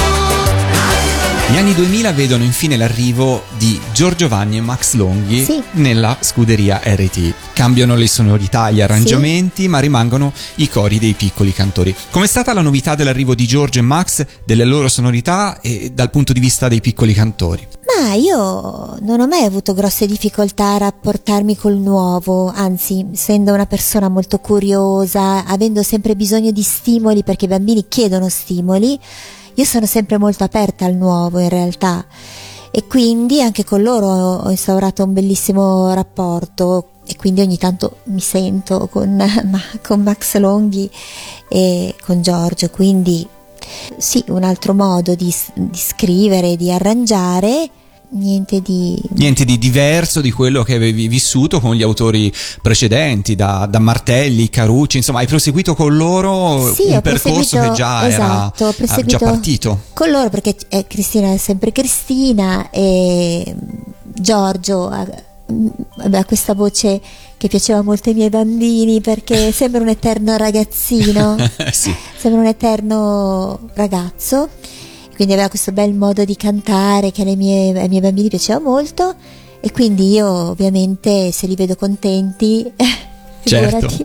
Gli anni 2000 vedono infine l'arrivo di Giorgio Vanni e Max Longhi nella scuderia RT. Cambiano le sonorità, gli arrangiamenti, ma rimangono i cori dei Piccoli Cantori. Com'è stata la novità dell'arrivo di Giorgio e Max, delle loro sonorità e dal punto di vista dei Piccoli Cantori? Ma io non ho mai avuto grosse difficoltà a rapportarmi col nuovo, anzi, essendo una persona molto curiosa, avendo sempre bisogno di stimoli perché i bambini chiedono stimoli, io sono sempre molto aperta al nuovo in realtà, e quindi anche con loro ho instaurato un bellissimo rapporto, e quindi ogni tanto mi sento con Max Longhi e con Giorgio, quindi sì, un altro modo di scrivere, di arrangiare. Niente di diverso di quello che avevi vissuto con gli autori precedenti, da Martelli, Carucci, insomma hai proseguito con loro un percorso che già era già partito con loro, perché Cristina è sempre Cristina e Giorgio aveva questa voce che piaceva molto ai miei bambini, perché sembra un eterno ragazzino. Sì. Sembra un eterno ragazzo, quindi aveva questo bel modo di cantare che ai miei bambini piaceva molto, e quindi io ovviamente se li vedo contenti figurati,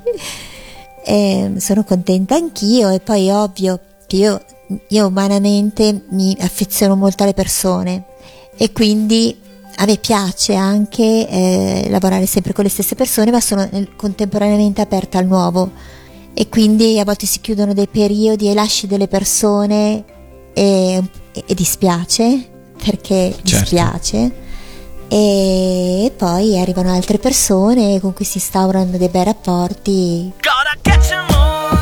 sono contenta anch'io. E poi è ovvio che io umanamente mi affeziono molto alle persone, e quindi a me piace anche lavorare sempre con le stesse persone, ma sono contemporaneamente aperta al nuovo, e quindi a volte si chiudono dei periodi e lasci delle persone e dispiace, perché dispiace, e poi arrivano altre persone con cui si instaurano dei bei rapporti. Gotta catch 'em all,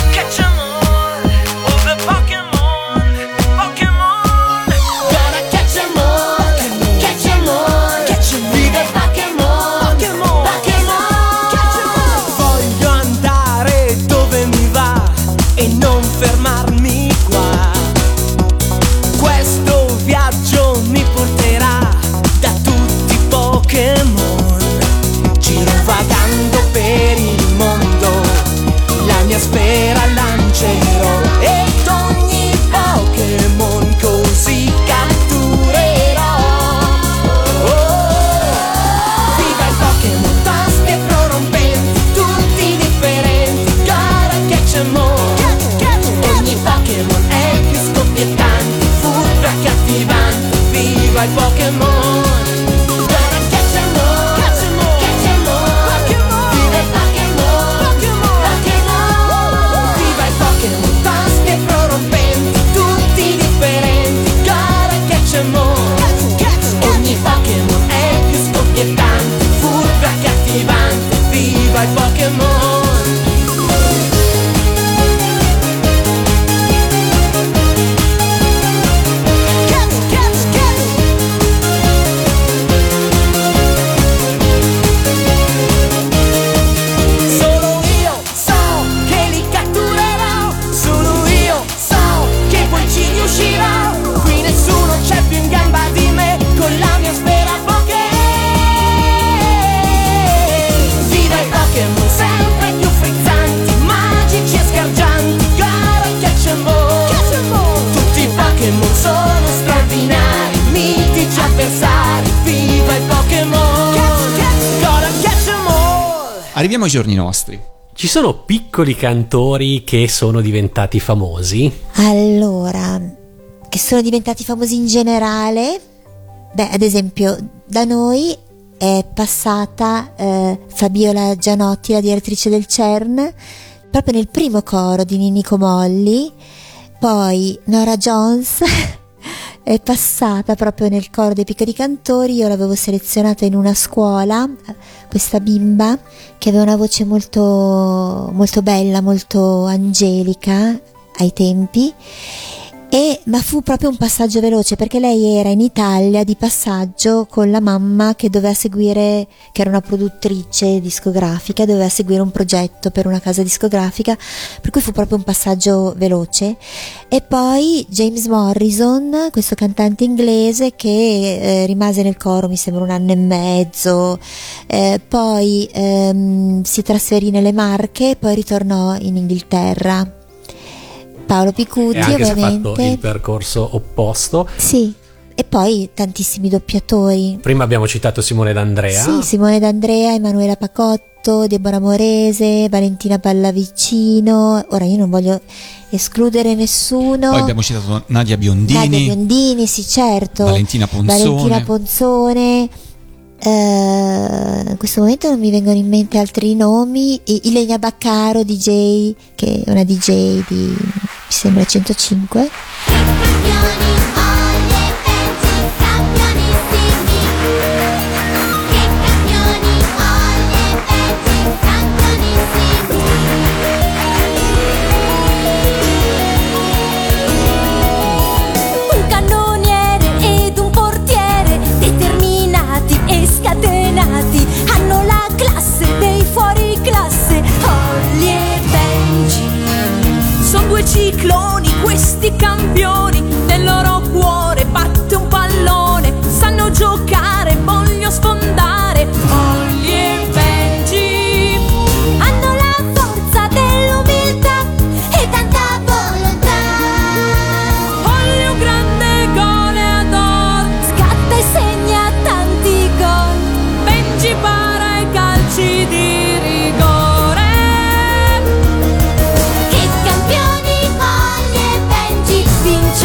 all the Pokémon. Gotta catch 'em all, viva il Pokémon. Voglio andare dove mi va e non fermarmi qua. Questo viaggio mi porterà da tutti i Pokémon, girovagando per il mondo, la mia sfera lancerò ed ogni Pokémon così catturerò. Viva il Pokémon, tosti e prorompenti, tutti differenti. Gotta catch 'em all. Ogni Pokémon è più scoppiettante, furbo e accattivante. Viva il Pokémon. Gotta catch 'em all. Viva il Pokémon. Viva il Pokémon, tosti e prorompenti, tutti differenti. Gotta catch 'em all. Ogni Pokémon è più scoppiettante, furbo e accattivante. Viva il Pokémon. Solo io so che li catturerò, solo io so che poi ci riuscirò. Qui nessuno c'è più in gamba di me, con la mia sfera Poké. Viva i Pokémon sempre più frizzanti, magici e sgargianti. Gotta catch 'em all. Tutti i Pokémon sono straordinari, mitici avversari. Viva il Pokémon. Gotta catch 'em all. Arriviamo ai giorni nostri. Ci sono piccoli cantori che sono diventati famosi? Allora, che sono diventati famosi in generale, beh, ad esempio da noi è passata Fabiola Gianotti, la direttrice del CERN, proprio nel primo coro di Ninico Molli. Poi Nora Jones è passata proprio nel coro dei piccoli cantori. Io l'avevo selezionata in una scuola, questa bimba che aveva una voce molto, molto bella, molto angelica ai tempi, ma fu proprio un passaggio veloce, perché lei era in Italia di passaggio con la mamma che doveva seguire, che era una produttrice discografica, doveva seguire un progetto per una casa discografica, per cui fu proprio un passaggio veloce. E poi James Morrison, questo cantante inglese che rimase nel coro mi sembra 1 anno e mezzo, poi si trasferì nelle Marche, poi ritornò in Inghilterra. Paolo Picucci, E anche se ha ovviamente fatto il percorso opposto. sì, e poi tantissimi doppiatori. Prima abbiamo citato Simone D'Andrea. Sì, Simone D'Andrea, Emanuela Pacotto, Deborah Morese, Valentina Pallavicino. Ora io non voglio escludere nessuno. Poi abbiamo citato Nadia Biondini. Nadia Biondini, sì, certo. Valentina Ponzone. In questo momento non mi vengono in mente altri nomi. Ilenia Baccaro, DJ, che è una DJ di, mi sembra, 105. Un cannoniere ed un portiere, determinati e scatenati, hanno la classe dei fuori classe. Olli e Benji sono 2 cicloni, questi campioni. Nel loro cuore batte un pallone, sanno giocare, voglio sfondare. Olli e Benji hanno la forza dell'umiltà e tanta volontà. Olli un grande goleador, scatta e segna tanti gol. Benji para i calci di rigore. Che campioni Olli e Benji, vince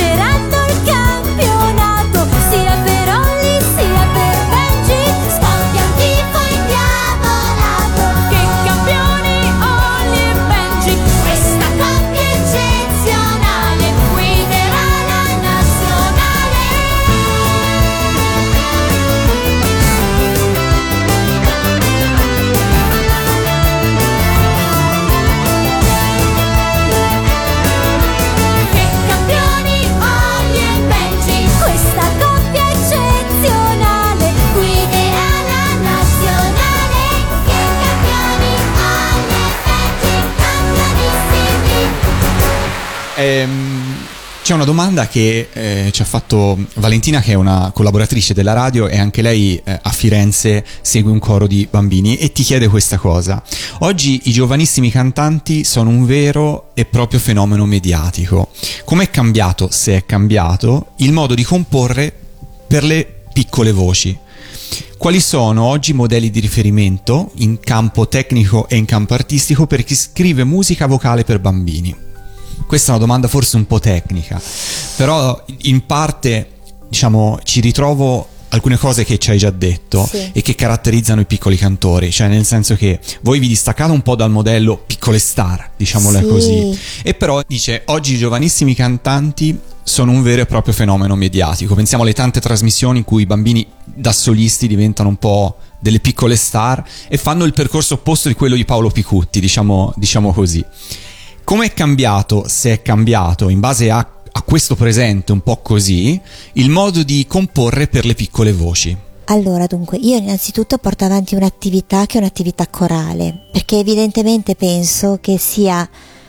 C'è una domanda che ci ha fatto Valentina, che è una collaboratrice della radio e anche lei a Firenze segue un coro di bambini, e ti chiede questa cosa: oggi i giovanissimi cantanti sono un vero e proprio fenomeno mediatico. Com'è cambiato, se è cambiato, il modo di comporre per le piccole voci? Quali sono oggi i modelli di riferimento in campo tecnico e in campo artistico per chi scrive musica vocale per bambini? Questa è una domanda forse un po' tecnica, però in parte, diciamo, ci ritrovo alcune cose che ci hai già detto, sì, e che caratterizzano i piccoli cantori, cioè nel senso che voi vi distaccate un po' dal modello piccole star, diciamole, sì, così, e però dice oggi i giovanissimi cantanti sono un vero e proprio fenomeno mediatico. Pensiamo alle tante trasmissioni in cui i bambini da solisti diventano un po' delle piccole star e fanno il percorso opposto di quello di Paolo Picutti, diciamo così. Come è cambiato, se è cambiato, in base a questo presente un po' così, il modo di comporre per le piccole voci? Allora, dunque, io innanzitutto porto avanti un'attività che è un'attività corale, perché evidentemente penso che sia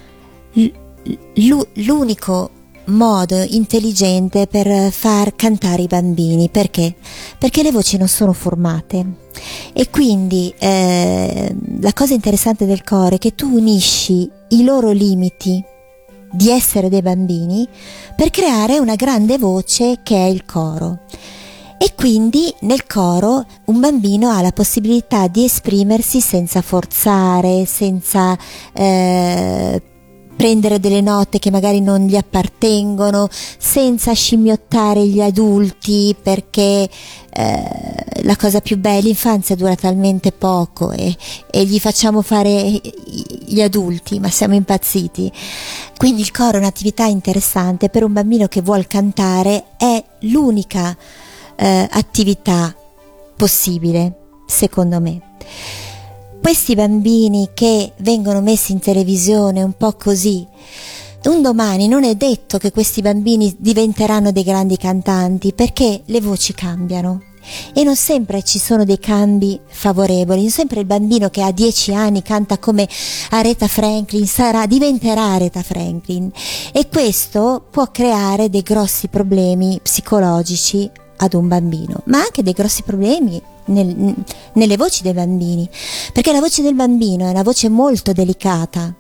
l'unico modo intelligente per far cantare i bambini. Perché? Perché le voci non sono formate, e quindi la cosa interessante del coro è che tu unisci i loro limiti di essere dei bambini per creare una grande voce che è il coro. E quindi nel coro un bambino ha la possibilità di esprimersi senza forzare, senza prendere delle note che magari non gli appartengono, senza scimmiottare gli adulti, perché la cosa più bella, l'infanzia dura talmente poco e gli facciamo fare gli adulti, ma siamo impazziti. Quindi il coro è un'attività interessante per un bambino che vuol cantare, è l'unica attività possibile, secondo me. Questi bambini che vengono messi in televisione un po' così, un domani non è detto che questi bambini diventeranno dei grandi cantanti, perché le voci cambiano e non sempre ci sono dei cambi favorevoli. Non sempre il bambino che ha 10 anni canta come Aretha Franklin diventerà Aretha Franklin, e questo può creare dei grossi problemi psicologici ad un bambino, ma anche dei grossi problemi nelle voci dei bambini, perché la voce del bambino è una voce molto delicata,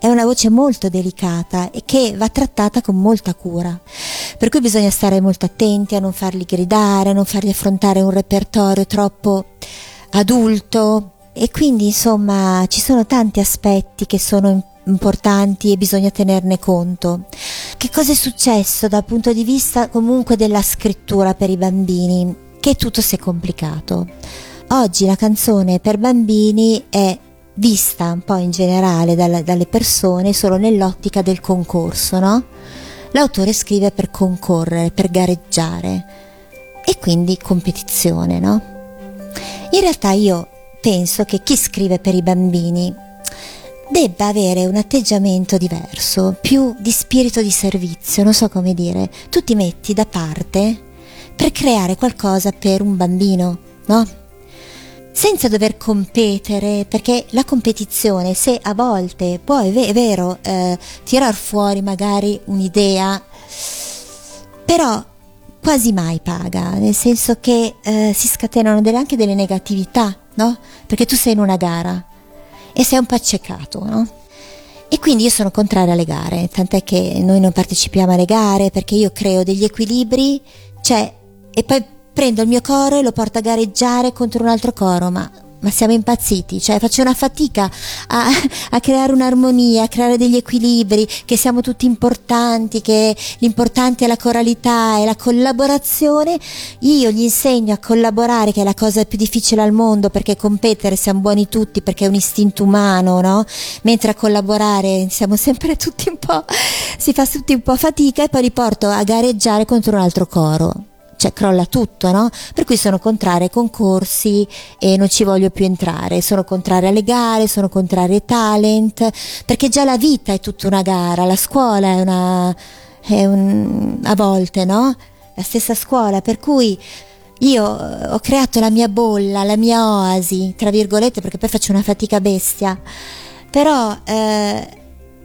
e che va trattata con molta cura, per cui bisogna stare molto attenti a non farli gridare, a non fargli affrontare un repertorio troppo adulto, e quindi insomma ci sono tanti aspetti che sono importanti e bisogna tenerne conto. Che cosa è successo dal punto di vista comunque della scrittura per i bambini? Che tutto si è complicato. Oggi la canzone per bambini è vista un po' in generale dalle persone solo nell'ottica del concorso, no? L'autore scrive per concorrere, per gareggiare, e quindi competizione, no? In realtà io penso che chi scrive per i bambini debba avere un atteggiamento diverso, più di spirito di servizio, non so come dire. Tu ti metti da parte per creare qualcosa per un bambino, no? Senza dover competere, perché la competizione, se a volte può, è vero, tirar fuori magari un'idea, però quasi mai paga, nel senso che si scatenano anche delle negatività, no? Perché tu sei in una gara e sei un po' accecato, no? E quindi io sono contraria alle gare, tant'è che noi non partecipiamo alle gare, perché io creo degli equilibri, e poi prendo il mio coro e lo porto a gareggiare contro un altro coro, ma siamo impazziti, faccio una fatica a creare un'armonia, a creare degli equilibri, che siamo tutti importanti, che l'importante è la coralità e la collaborazione. Io gli insegno a collaborare, che è la cosa più difficile al mondo, perché competere siamo buoni tutti, perché è un istinto umano, no? Mentre a collaborare siamo sempre tutti si fa tutti un po' fatica, e poi li porto a gareggiare contro un altro coro. Crolla tutto, no? Per cui sono contraria ai concorsi e non ci voglio più entrare, sono contraria alle gare, sono contraria ai talent, perché già la vita è tutta una gara, la scuola a volte, no? La stessa scuola, per cui io ho creato la mia bolla, la mia oasi, tra virgolette, perché poi faccio una fatica bestia, però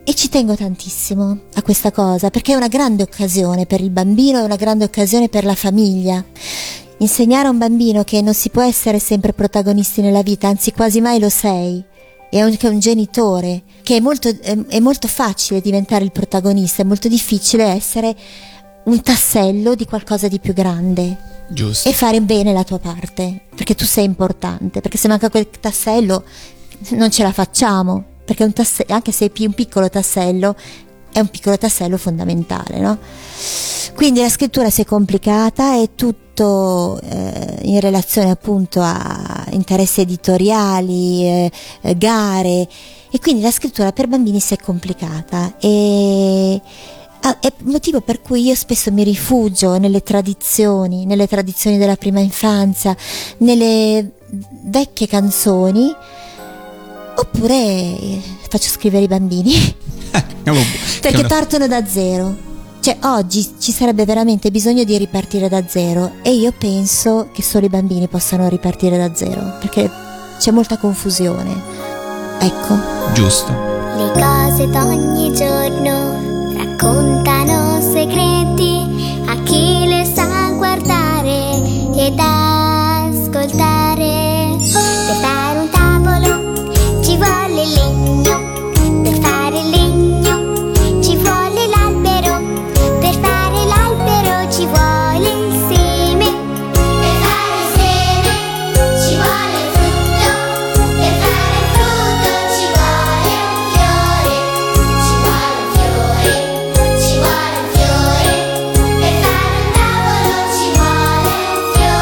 E ci tengo tantissimo a questa cosa, perché è una grande occasione per il bambino, è una grande occasione per la famiglia. Insegnare a un bambino che non si può essere sempre protagonisti nella vita, anzi quasi mai lo sei, e anche un genitore, che è molto facile diventare il protagonista, è molto difficile essere un tassello di qualcosa di più grande. Giusto. E fare bene la tua parte, perché tu sei importante, perché se manca quel tassello non ce la facciamo, perché anche se è un piccolo tassello, è un piccolo tassello fondamentale, no? Quindi la scrittura, se è complicata, è tutto in relazione appunto a interessi editoriali, gare, e quindi la scrittura per bambini, se è complicata, è motivo per cui io spesso mi rifugio nelle tradizioni della prima infanzia, nelle vecchie canzoni, oppure faccio scrivere i bambini perché partono da zero. Cioè oggi ci sarebbe veramente bisogno di ripartire da zero, e io penso che solo i bambini possano ripartire da zero, perché c'è molta confusione. Ecco. Giusto. Le cose d'ogni giorno raccontano segreti a chi le sa guardare ed ascoltare. Per fare un tavolo ci vuole legno, per fare il legno ci vuole l'albero, per fare l'albero ci vuole il seme, per fare il seme ci vuole il frutto, per fare il frutto ci vuole un fiore, ci vuole un fiore, ci vuole un fiore, per fare un tavolo ci vuole un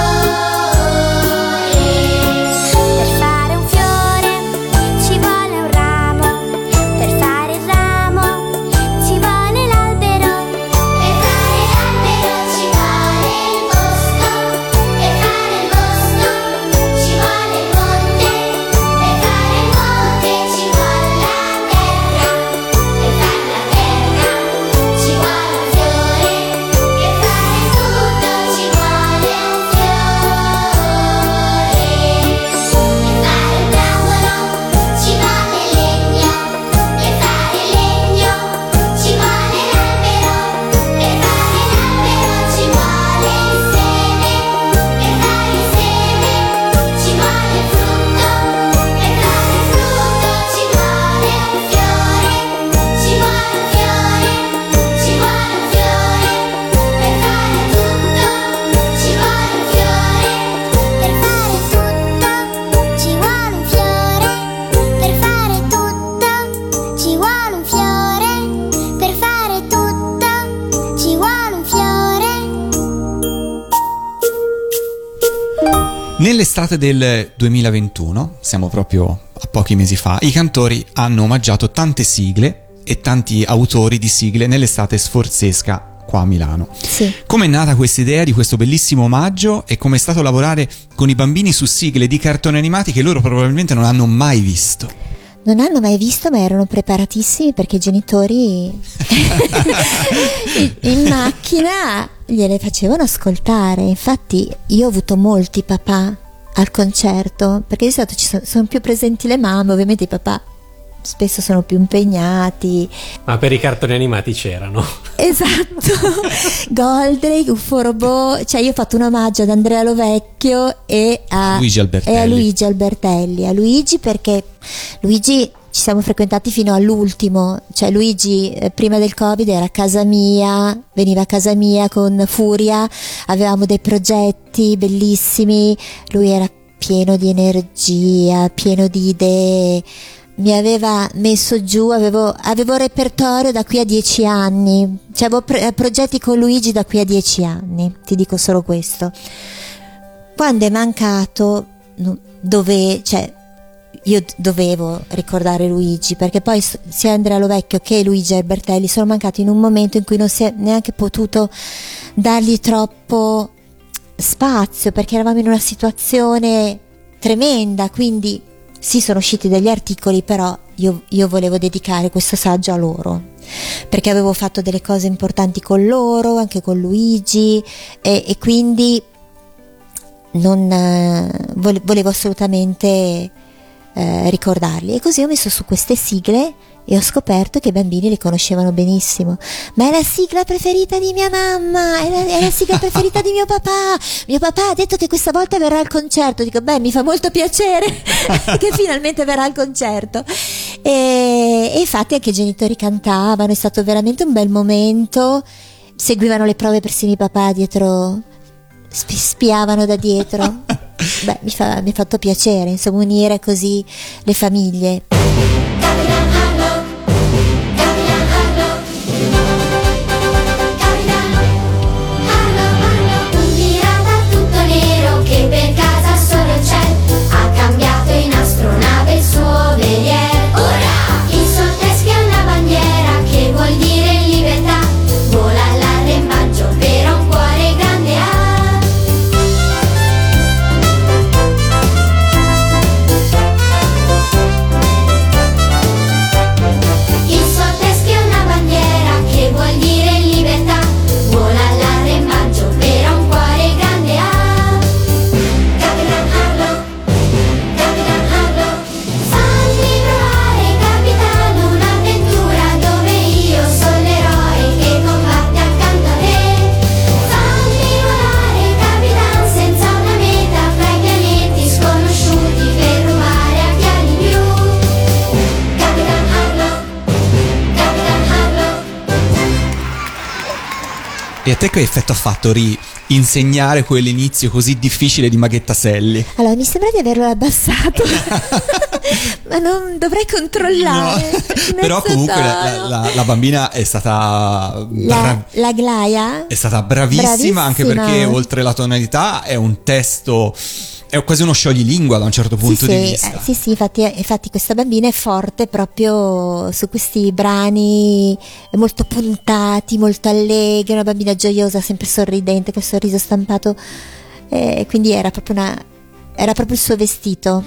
fiore, per fare un fiore ci vuole un ramo, per fare il ramo ci vuole l'albero, per fare l'albero ci vuole il bosco, per fare il bosco ci vuole il monte, per fare il monte ci vuole la terra, per fare la terra ci vuole un fiore, per fare tutto ci vuole un fiore, per fare un tavolo ci vuole legno, per fare il legno ci vuole l'albero, per fare l'albero ci vuole il seme, per fare il seme ci vuole il frutto, per fare il frutto ci vuole un fiore, ci vuole un fiore, ci vuole un fiore, per fare tutto ci vuole un fiore, per fare tutto ci vuole un fiore, per fare tutto ci vuole un fiore, per fare tutto ci vuole un fiore. Nell'estate del 2021, siamo proprio a pochi mesi fa, i cantori hanno omaggiato tante sigle e tanti autori di sigle nell'estate sforzesca qua a Milano. Sì. Com'è nata questa idea di questo bellissimo omaggio e com'è stato lavorare con i bambini su sigle di cartoni animati che loro probabilmente non hanno mai visto? Non hanno mai visto, ma erano preparatissimi, perché i genitori in macchina gliele facevano ascoltare. Infatti io ho avuto molti papà al concerto, perché di solito sono più presenti le mamme, ovviamente i papà spesso sono più impegnati. Ma per i cartoni animati c'erano. Esatto. Goldrake, Uffo Robot, cioè io ho fatto un omaggio ad Andrea Lovecchio e a Luigi Albertelli. E a Luigi Albertelli. A Luigi, perché Luigi ci siamo frequentati fino all'ultimo, cioè Luigi prima del Covid era a casa mia, veniva a casa mia con Furia, avevamo dei progetti bellissimi, lui era pieno di energia, pieno di idee, mi aveva messo giù, avevo un repertorio da qui a 10 anni, cioè avevo progetti con Luigi da qui a 10 anni, ti dico solo questo. Quando è mancato, io dovevo ricordare Luigi, perché poi sia Andrea Lovecchio che Luigi Albertelli sono mancati in un momento in cui non si è neanche potuto dargli troppo spazio, perché eravamo in una situazione tremenda, quindi sì, sono usciti degli articoli, però io volevo dedicare questo saggio a loro, perché avevo fatto delle cose importanti con loro, anche con Luigi, e quindi volevo assolutamente ricordarli. E così ho messo su queste sigle e ho scoperto che i bambini li conoscevano benissimo. Ma è la sigla preferita di mia mamma, è la sigla preferita di mio papà ha detto che questa volta verrà al concerto. Dico, beh, mi fa molto piacere che finalmente verrà al concerto. E infatti anche i genitori cantavano, è stato veramente un bel momento, seguivano le prove persino i papà dietro, spiavano da dietro. Beh, mi ha fatto piacere, insomma, unire così le famiglie. Un pirata tutto nero che per casa solo c'è, ha cambiato in astronave il suo velier. Ora il suo teschio è una bandiera che vuol dire libertà, vola all'arrembaggio per un cuore grande ha. Il suo teschio è una bandiera che vuol dire libertà, vola all'arrembaggio per un cuore grande ha. Capitan Harlow, fammi provare capitano un'avventura dove io sono l'eroe che combatte accanto a te. Fammi volare capitan senza una meta fra i pianeti sconosciuti per rubare a chi di più. Capitan Harlow. E a te che effetto ha fatto insegnare quell'inizio così difficile di Maghettaselli? Allora, mi sembra di averlo abbassato, ma non dovrei controllare. No. Però comunque la bambina è stata la Glaia è stata bravissima, anche perché oltre la tonalità è un testo, è quasi uno scioglilingua da un certo punto di vista. Sì, infatti questa bambina è forte proprio su questi brani molto puntati, molto allegri, una bambina gioiosa, sempre sorridente, col sorriso stampato, quindi era proprio il suo vestito.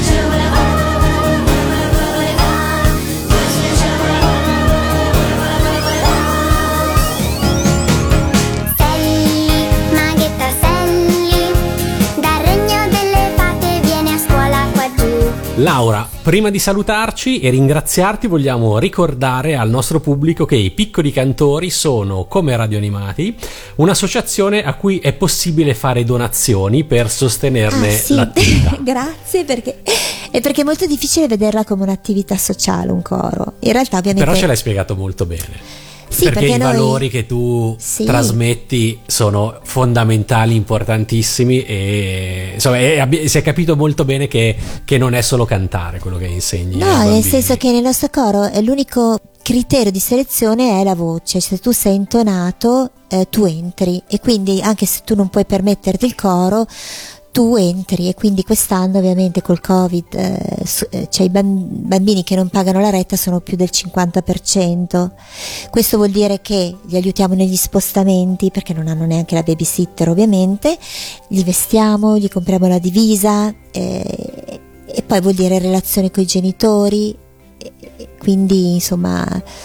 Laura, prima di salutarci e ringraziarti, vogliamo ricordare al nostro pubblico che i Piccoli Cantori sono, come Radio Animati, un'associazione a cui è possibile fare donazioni per sostenerne l'attività. Grazie, perché è molto difficile vederla come un'attività sociale, un coro. In realtà ovviamente... Però ce l'hai spiegato molto bene. Sì, perché i noi... valori che tu trasmetti sono fondamentali, importantissimi, e insomma si è capito molto bene che non è solo cantare quello che insegni. No, nel senso che nel nostro coro è l'unico criterio di selezione è la voce. Se tu sei intonato tu entri, e quindi anche se tu non puoi permetterti il coro tu entri. E quindi quest'anno ovviamente col Covid cioè i bambini che non pagano la retta sono più del 50%. Questo vuol dire che li aiutiamo negli spostamenti, perché non hanno neanche la babysitter ovviamente, li vestiamo, gli compriamo la divisa, e poi vuol dire relazione con i genitori, quindi insomma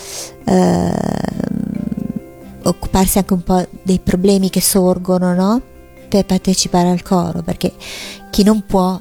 occuparsi anche un po' dei problemi che sorgono, no? Per partecipare al coro, perché chi non può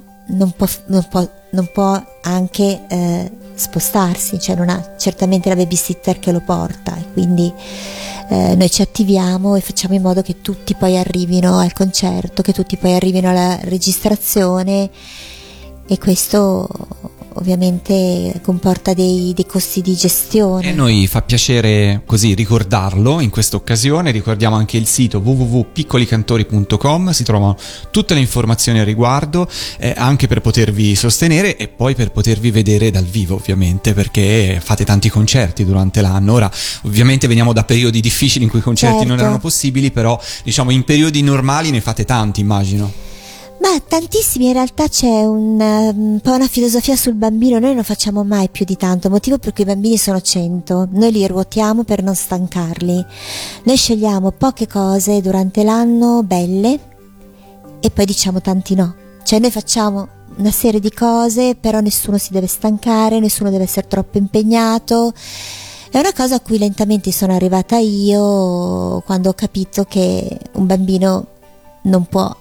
anche spostarsi, cioè non ha certamente la babysitter che lo porta, e quindi noi ci attiviamo e facciamo in modo che tutti poi arrivino al concerto, che tutti poi arrivino alla registrazione, e questo ovviamente comporta dei costi di gestione. E noi fa piacere così ricordarlo in questa occasione. Ricordiamo anche il sito www.piccolicantori.com, si trovano tutte le informazioni a riguardo, anche per potervi sostenere e poi per potervi vedere dal vivo, ovviamente, perché fate tanti concerti durante l'anno. Ora ovviamente veniamo da periodi difficili in cui i concerti non erano possibili, però diciamo in periodi normali ne fate tanti, immagino. Ma tantissimi, in realtà c'è un po' una filosofia sul bambino. Noi non facciamo mai più di tanto, motivo per cui i bambini sono 100, noi li ruotiamo per non stancarli. Noi scegliamo poche cose durante l'anno belle e poi diciamo tanti no. Cioè noi facciamo una serie di cose, però nessuno si deve stancare, nessuno deve essere troppo impegnato. È una cosa a cui lentamente sono arrivata io, quando ho capito che un bambino non può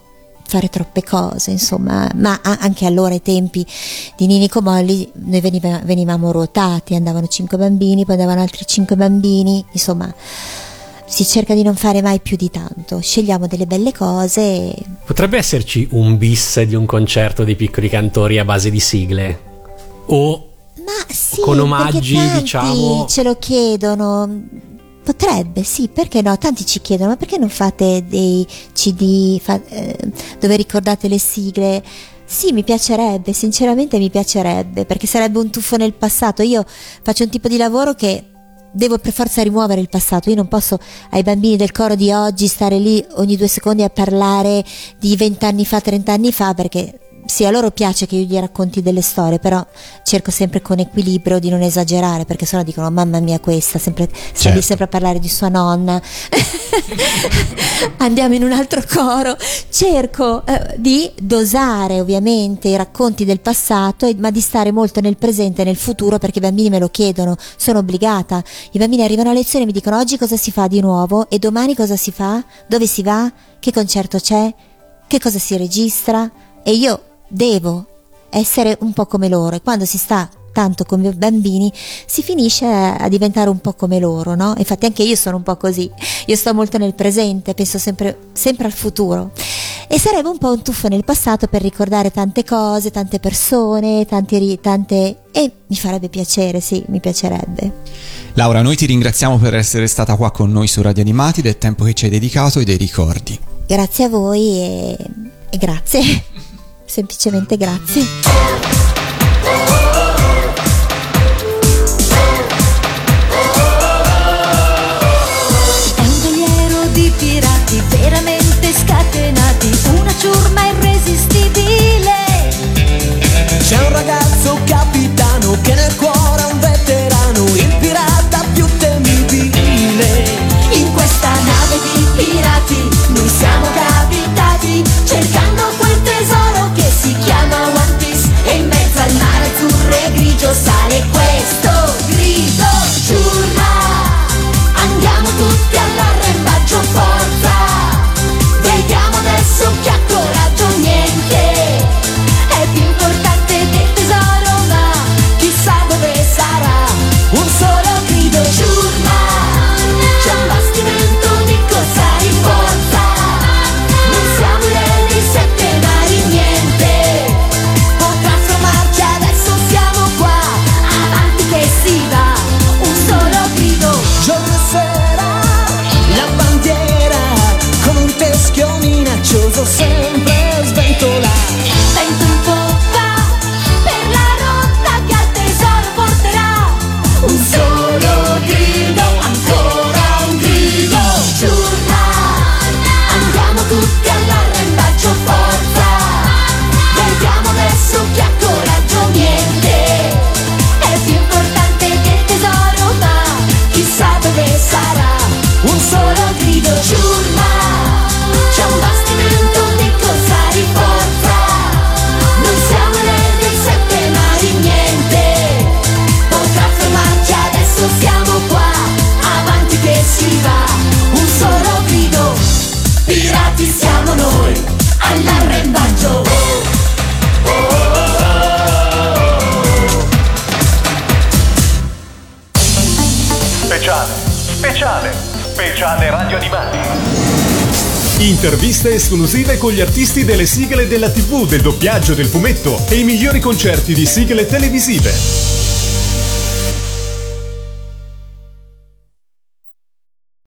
fare troppe cose, insomma, ma anche allora ai tempi di Ninico Molli noi venivamo ruotati, andavano 5 bambini, poi andavano altri 5 bambini, insomma si cerca di non fare mai più di tanto, scegliamo delle belle cose. Potrebbe esserci un bis di un concerto dei Piccoli Cantori a base di sigle? O ma sì, con omaggi, tanti diciamo, ce lo chiedono. Potrebbe, sì, perché no? Tanti ci chiedono, ma perché non fate dei CD dove ricordate le sigle? Sì, mi piacerebbe, sinceramente mi piacerebbe, perché sarebbe un tuffo nel passato. Io faccio un tipo di lavoro che devo per forza rimuovere il passato. Io non posso ai bambini del coro di oggi stare lì ogni 2 secondi a parlare di 20 anni fa, 30 anni fa, perché sì, a loro piace che io gli racconti delle storie, però cerco sempre con equilibrio di non esagerare, perché sennò dicono mamma mia questa sempre a parlare di sua nonna. Andiamo in un altro coro. Cerco di dosare ovviamente i racconti del passato, ma di stare molto nel presente e nel futuro, perché i bambini me lo chiedono, sono obbligata. I bambini arrivano a lezione e mi dicono oggi cosa si fa di nuovo e domani cosa si fa, dove si va, che concerto c'è, che cosa si registra, e io devo essere un po' come loro, e quando si sta tanto con i bambini si finisce a diventare un po' come loro, no? Infatti anche io sono un po' così, io sto molto nel presente, penso sempre al futuro, e sarebbe un po' un tuffo nel passato per ricordare tante cose, tante persone, tante e mi farebbe piacere, sì, mi piacerebbe. Laura, noi ti ringraziamo per essere stata qua con noi su Radio Animati, del tempo che ci hai dedicato e dei ricordi. Grazie a voi e grazie. Semplicemente grazie. È un veliero di pirati veramente scatenati, una ciurma irresistibile. C'è un ragazzo capitano che nel cuore è un veterano, il pirata più temibile. In questa nave di pirati noi siamo capitati, cercando quel tesoro che si chiama One Piece, e in mezzo al mare azzurro e grigio sale questo grido: ciurma, andiamo tutti all'arrembaggio, forza, vediamo adesso chi ha coraggio. Niente è più importante del tesoro, ma chissà dove sarà. Un solo grido: ciurma, c'è un bastimento di corsari, forza, non siamo dei 7 mari, niente potrà fermarci, adesso siamo qua, avanti che si va. Un solo grido: Giorno e sera la bandiera con un teschio minaccioso sempre sventola. vento in poppa per la rotta che al tesoro porterà. Un solo grido, ancora un grido: ciurma, andiamo tutti all'arrembaggio, forza, vediamo adesso chi ha coraggio. Niente è più importante del tesoro, ma chissà dove sarà. Un solo grido: ciurma, c'è un bastimento di corsari, forza, non siamo dei 7 mari, niente potrà fermarci, adesso siamo qua, avanti che si va. Un solo grido: pirati siamo noi, all'arrembaggio. Speciale Radio Animati. Interviste esclusive con gli artisti delle sigle della TV, del doppiaggio, del fumetto e i migliori concerti di sigle televisive.